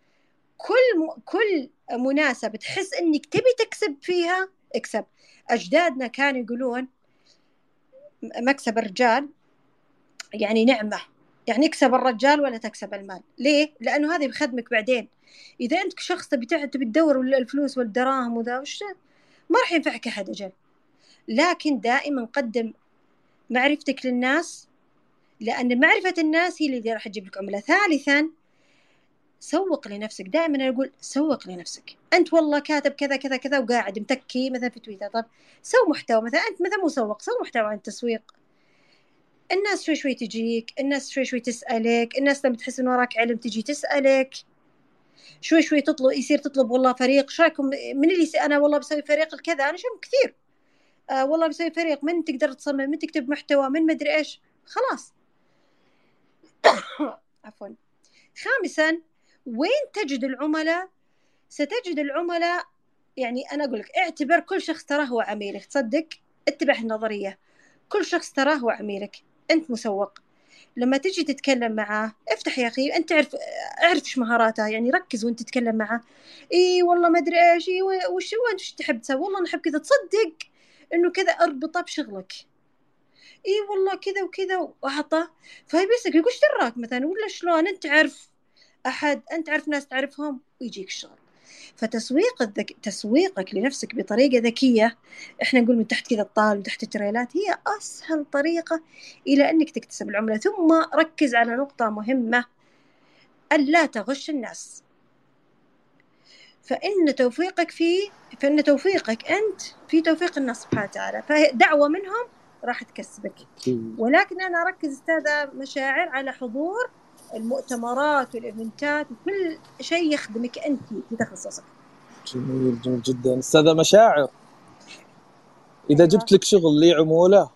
كل مناسبة تحس إنك تبي تكسب فيها اكسب. أجدادنا كانوا يقولون مكسب الرجال يعني نعمة، يعني اكسب الرجال ولا تكسب المال. ليه؟ لأنه هذا بيخدمك بعدين. إذا أنت شخص تبي تدور الفلوس والدراهم وذا وش ما راح ينفعك أحد أجل. لكن دائما قدم معرفتك للناس، لأن معرفة الناس هي اللي راح تجيب لك عملاء. 3، سوق لنفسك. دائما أنا أقول سوق لنفسك. أنت والله كاتب كذا كذا كذا وقاعد متكي مثلا في تويتر، طب سو محتوى. مثلا أنت مثلا مسوق، سو محتوى عن التسويق. الناس شوي شوي تجيك، الناس شوي شوي تسألك، الناس لما تحس إن وراك علم تجي تسألك، شوي شوي تطلب والله فريق شاركم من اللي أنا والله بسوي فريق الكذا، أنا شوف كثير والله بسوي فريق من تقدر تصمم، من تكتب محتوى، من مدري إيش، خلاص. عفوا. 5، وين تجد العملاء؟ ستجد العملاء، يعني أنا أقول لك اعتبر كل شخص تراه هو عميلك. تصدق؟ اتبع النظرية، كل شخص تراه هو عميلك. أنت مسوق، لما تجي تتكلم معاه افتح يا أخي، أنت اعرف إيش مهاراته، يعني ركز وأنت تتكلم معاه. إيه والله ما أدري إيش، إيه وش تحب تسوي؟ والله نحب كذا. تصدق إنه كذا أربطه بشغلك. إيه والله كذا وكذا وأعطى. فيبيسك وش دراك مثلا ولا شلون أنت عارف أحد، أنت عارف ناس تعرفهم ويجيك الشغل. تسويقك لنفسك بطريقة ذكية، إحنا نقول من تحت كذا الطاولة، من تحت التريلات، هي أسهل طريقة إلى أنك تكتسب العملاء. ثم ركز على نقطة مهمة، ألا تغش الناس. فإن توفيقك أنت في توفيق الناس سبحانه وتعالى، فدعوة منهم راح تكسبك. ولكن أنا أركز أستاذة مشاعر على حضور المؤتمرات والإيفنتات وكل شيء يخدمك أنت في تخصصك. جميل جدا. أستاذة مشاعر، إذا جبت لك شغل لي عمولة؟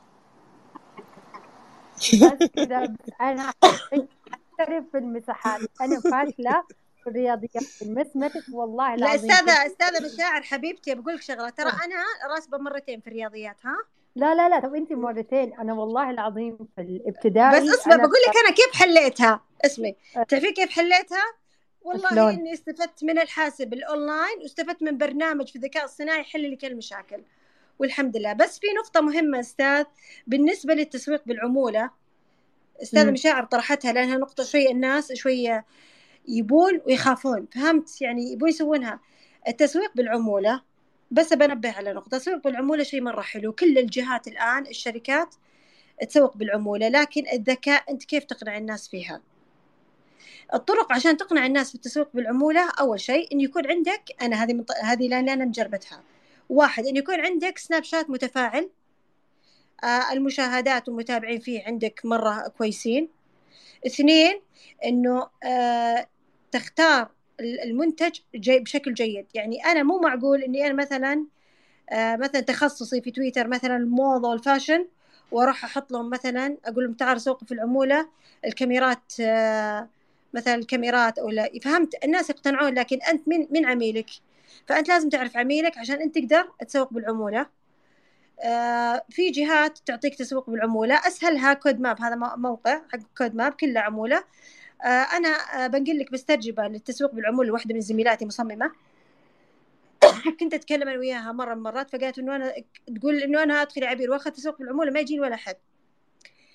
بس كذا أنا أعترف في المساحات، أنا فاشلة في الرياضيات المسمتك والله لا العظيم. أستاذة مشاعر حبيبتي، بقول لك شغلة، ترى أنا راسبة مرتين في الرياضيات. ها لا طب أنت مرتين، أنا والله العظيم في الابتدائي. بس أصبر بقول لك أنا كيف حليتها. اسمي تعرفي كيف حليتها؟ والله إني استفدت من الحاسب الأونلاين واستفدت من برنامج في الذكاء الصناعي يحل لي كل المشاكل والحمد لله. بس في نقطة مهمة أستاذ بالنسبة للتسويق بالعمولة، أستاذة مشاعر طرحتها لأنها نقطة شوية الناس شوية يبون ويخافون، فهمت؟ يعني يبون يسوونها. التسويق بالعمولة، بس بنبه على نقطة، التسويق بالعمولة شيء مرة حلو، كل الجهات الآن الشركات تسوق بالعمولة، لكن الذكاء أنت كيف تقنع الناس فيها. الطرق عشان تقنع الناس في التسويق بالعمولة، أول شيء إن يكون عندك، أنا هذه لأن أنا مجربتها. 1، إن يكون عندك سناب شات متفاعل، المشاهدات والمتابعين فيه عندك مرة كويسين. 2، إنه تختار المنتج بشكل جيد. يعني أنا مو معقول إني أنا مثلا تخصصي في تويتر مثلا الموضة والفاشن، وأروح أحط لهم مثلا أقول لهم تعالوا سوقوا في العمولة الكاميرات، مثلا الكاميرات أو لا، فهمت؟ الناس يقتنعون، لكن أنت من عميلك، فأنت لازم تعرف عميلك عشان أنت تقدر تسوق بالعمولة. في جهات تعطيك تسويق بالعمولة، أسهلها كود ماب، هذا موقع حق كود ماب كله عمولة. أنا بنقل لك بس ترجمة للتسويق بالعمولة، واحدة من زميلاتي مصممة كنت أتكلم أنا وياها مرة من مرات، فقالت إنه أنا تقول إنه أنا أدخل عبير وأخذ تسويق بالعمولة ما يجين ولا حد.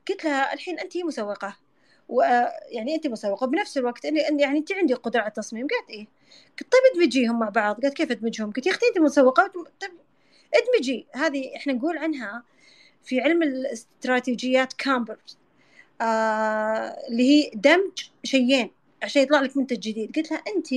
قلت لها الحين أنت مسوقة، ويعني أنت مسوقة بنفس الوقت يعني أنت عندي قدرة على التصميم. قالت إيه. قلت طيب ادمجيهم مع بعض. قالت كيف ادمجهم؟ قلت يا أختي أنت مسوقة، طيب ادمجي. هذه إحنا نقول عنها في علم الاستراتيجيات كامبر، اللي هي دمج شيئين عشان يطلع لك منتج جديد. قلت لها أنت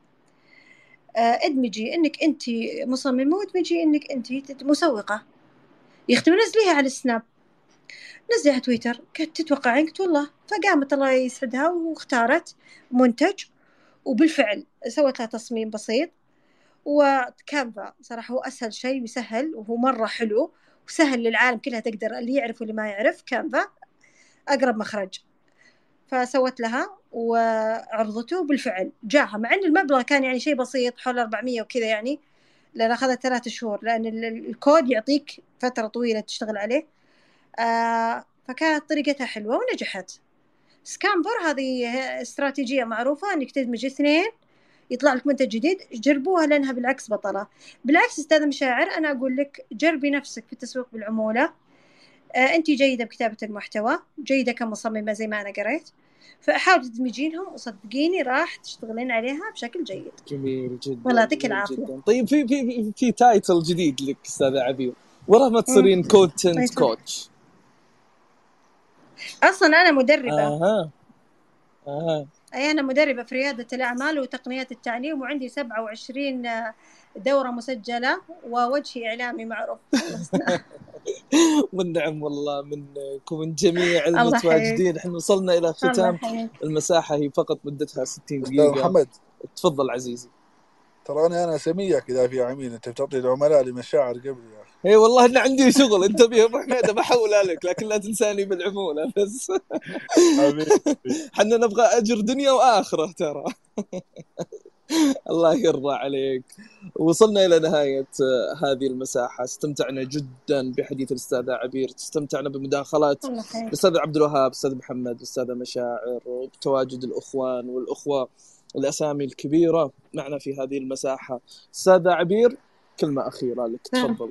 ادمجي انك انت مصممه، وادمجي انك انت مسوقه. يا اختي نزليها على السناب، نزليها على تويتر. قالت تتوقعين؟ قلت والله. فقامت الله يسعدها واختارت منتج، وبالفعل سوت لها تصميم بسيط. وكانفا صراحه هو اسهل شيء ويسهل، وهو مره حلو وسهل للعالم كلها تقدر، اللي يعرف واللي ما يعرف كانفا اقرب مخرج. فسوت لها وعرضته، بالفعل جاها، مع ان المبلغ كان يعني شيء بسيط حول 400 وكذا يعني، لأن أخذت 3 شهور، لأن الكود يعطيك فترة طويلة تشتغل عليه. فكانت طريقتها حلوة ونجحت. سكامبر هذه استراتيجية معروفة، أنك تدمج 2 يطلع لك منتج جديد. جربوها لأنها بالعكس بطلة. بالعكس أستاذة مشاعر، أنا أقول لك جربي نفسك في التسويق بالعمولة. أنت جيدة بكتابة المحتوى، جيدة كمصممة زي ما أنا قريت، فحاولي تدمجينهم وصدقيني راح تشتغلين عليها بشكل جيد. جميل جدا، والله يعطيك العافية. طيب في تايتل جديد لك أستاذة عبير، ورا ما تصيرين كونتنت كوتش. أصلا أنا مدربة. أي أنا مدربة في ريادة الأعمال وتقنيات التعليم، وعندي 27 دورة مسجلة ووجهي إعلامي معروف. والنعم والله منكم من جميع المتواجدين. احنا وصلنا إلى ختام المساحة، هي فقط مدتها 60 دقيقة. محمد تفضل عزيزي. ترى أنا سمية كذا في عميل، أنت بتعطي العملاء لمشاعر قبل يا أخي. اي والله إن عندي شغل انتبه يا أبو حميد، بحول عليك لكن لا تنساني بالعمولة بس. حنا نبغى أجر دنيا وآخرة ترى. الله يرضى عليك. وصلنا إلى نهاية هذه المساحة. استمتعنا جدا بحديث الأستاذة عبير، استمتعنا بمداخلات الأستاذ عبد الوهاب، الأستاذ محمد، الأستاذة مشاعر، وبتواجد الأخوان والأخوة الأسامي الكبيرة معنا في هذه المساحة. أستاذة عبير كلمة أخيرة لك، تفضل.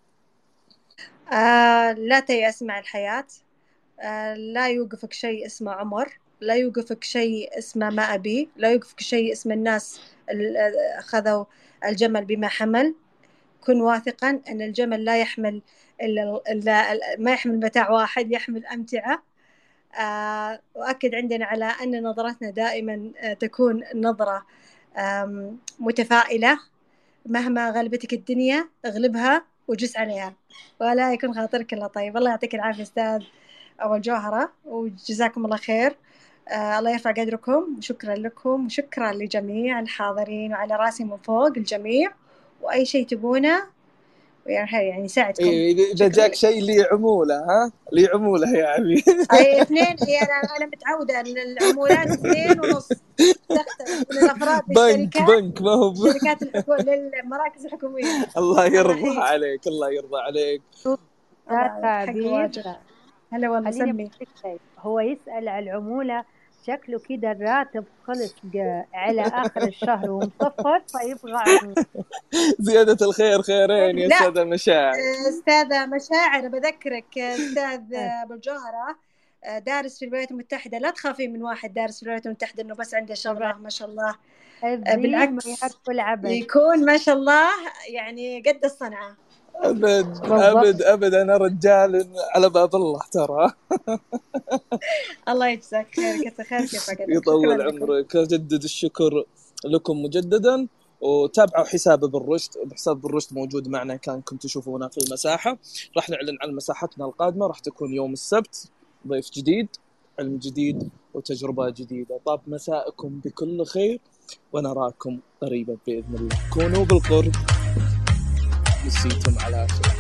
لا تيأس مع الحياة، لا يوقفك شيء اسمه عمر، لا يوقفك شيء اسمه ما أبي، لا يوقفك شيء اسمه الناس أخذوا الجمل بما حمل. كن واثقا أن الجمل لا يحمل ما يحمل متاع واحد، يحمل أمتعة. وأكد عندنا على أن نظرتنا دائما تكون نظرة متفائلة. مهما غلبتك الدنيا اغلبها وجس عليها، ولا يكون خاطرك إلا طيب. الله يعطيك العافية أستاذ أبو الجوهرة، وجزاكم الله خير. الله يرفع قدركم، وشكرا لكم، وشكرا لجميع الحاضرين، وعلى راسي من فوق الجميع. وأي شيء تبونه يعني يساعدكم. إذا جاك شيء لي عمولة، لي عمولة يا عمي. أي 2. أنا متعودة أن العمولات 2.5 تختلف من الأفراد بالشركات. بنك ما هو شركات للمراكز الحكومية. الله يرضى عليك، الله يرضى عليك. هلا والله. سمي. هو يسأل على العمولة، شكله كده الراتب خلص على آخر الشهر ومصفر، فيبغى زيادة الخير خيرين يا أستاذة مشاعر. أستاذة مشاعر، بذكرك أستاذ أبو الجوهرة دارس في الولايات المتحدة. لا تخافي من واحد دارس في الولايات المتحدة إنه بس عنده شغله ما شاء الله. بالعكس يكون ما شاء الله يعني قد الصنعة. أبد أنا رجال على باب الله ترى. الله يجزاك خير. كثر خيرك، يطول عمرك. أجدد الشكر لكم مجددا، وتابعوا حساب بالرشد. حساب بالرشد موجود معنا، كنتم تشوفونا في المساحة. راح نعلن عن مساحتنا القادمة، راح تكون يوم السبت. ضيف جديد، علم جديد، وتجربة جديدة. طاب مساءكم بكل خير، ونراكم قريبا بإذن الله. كونوا بالقرب. نسيتم على خير.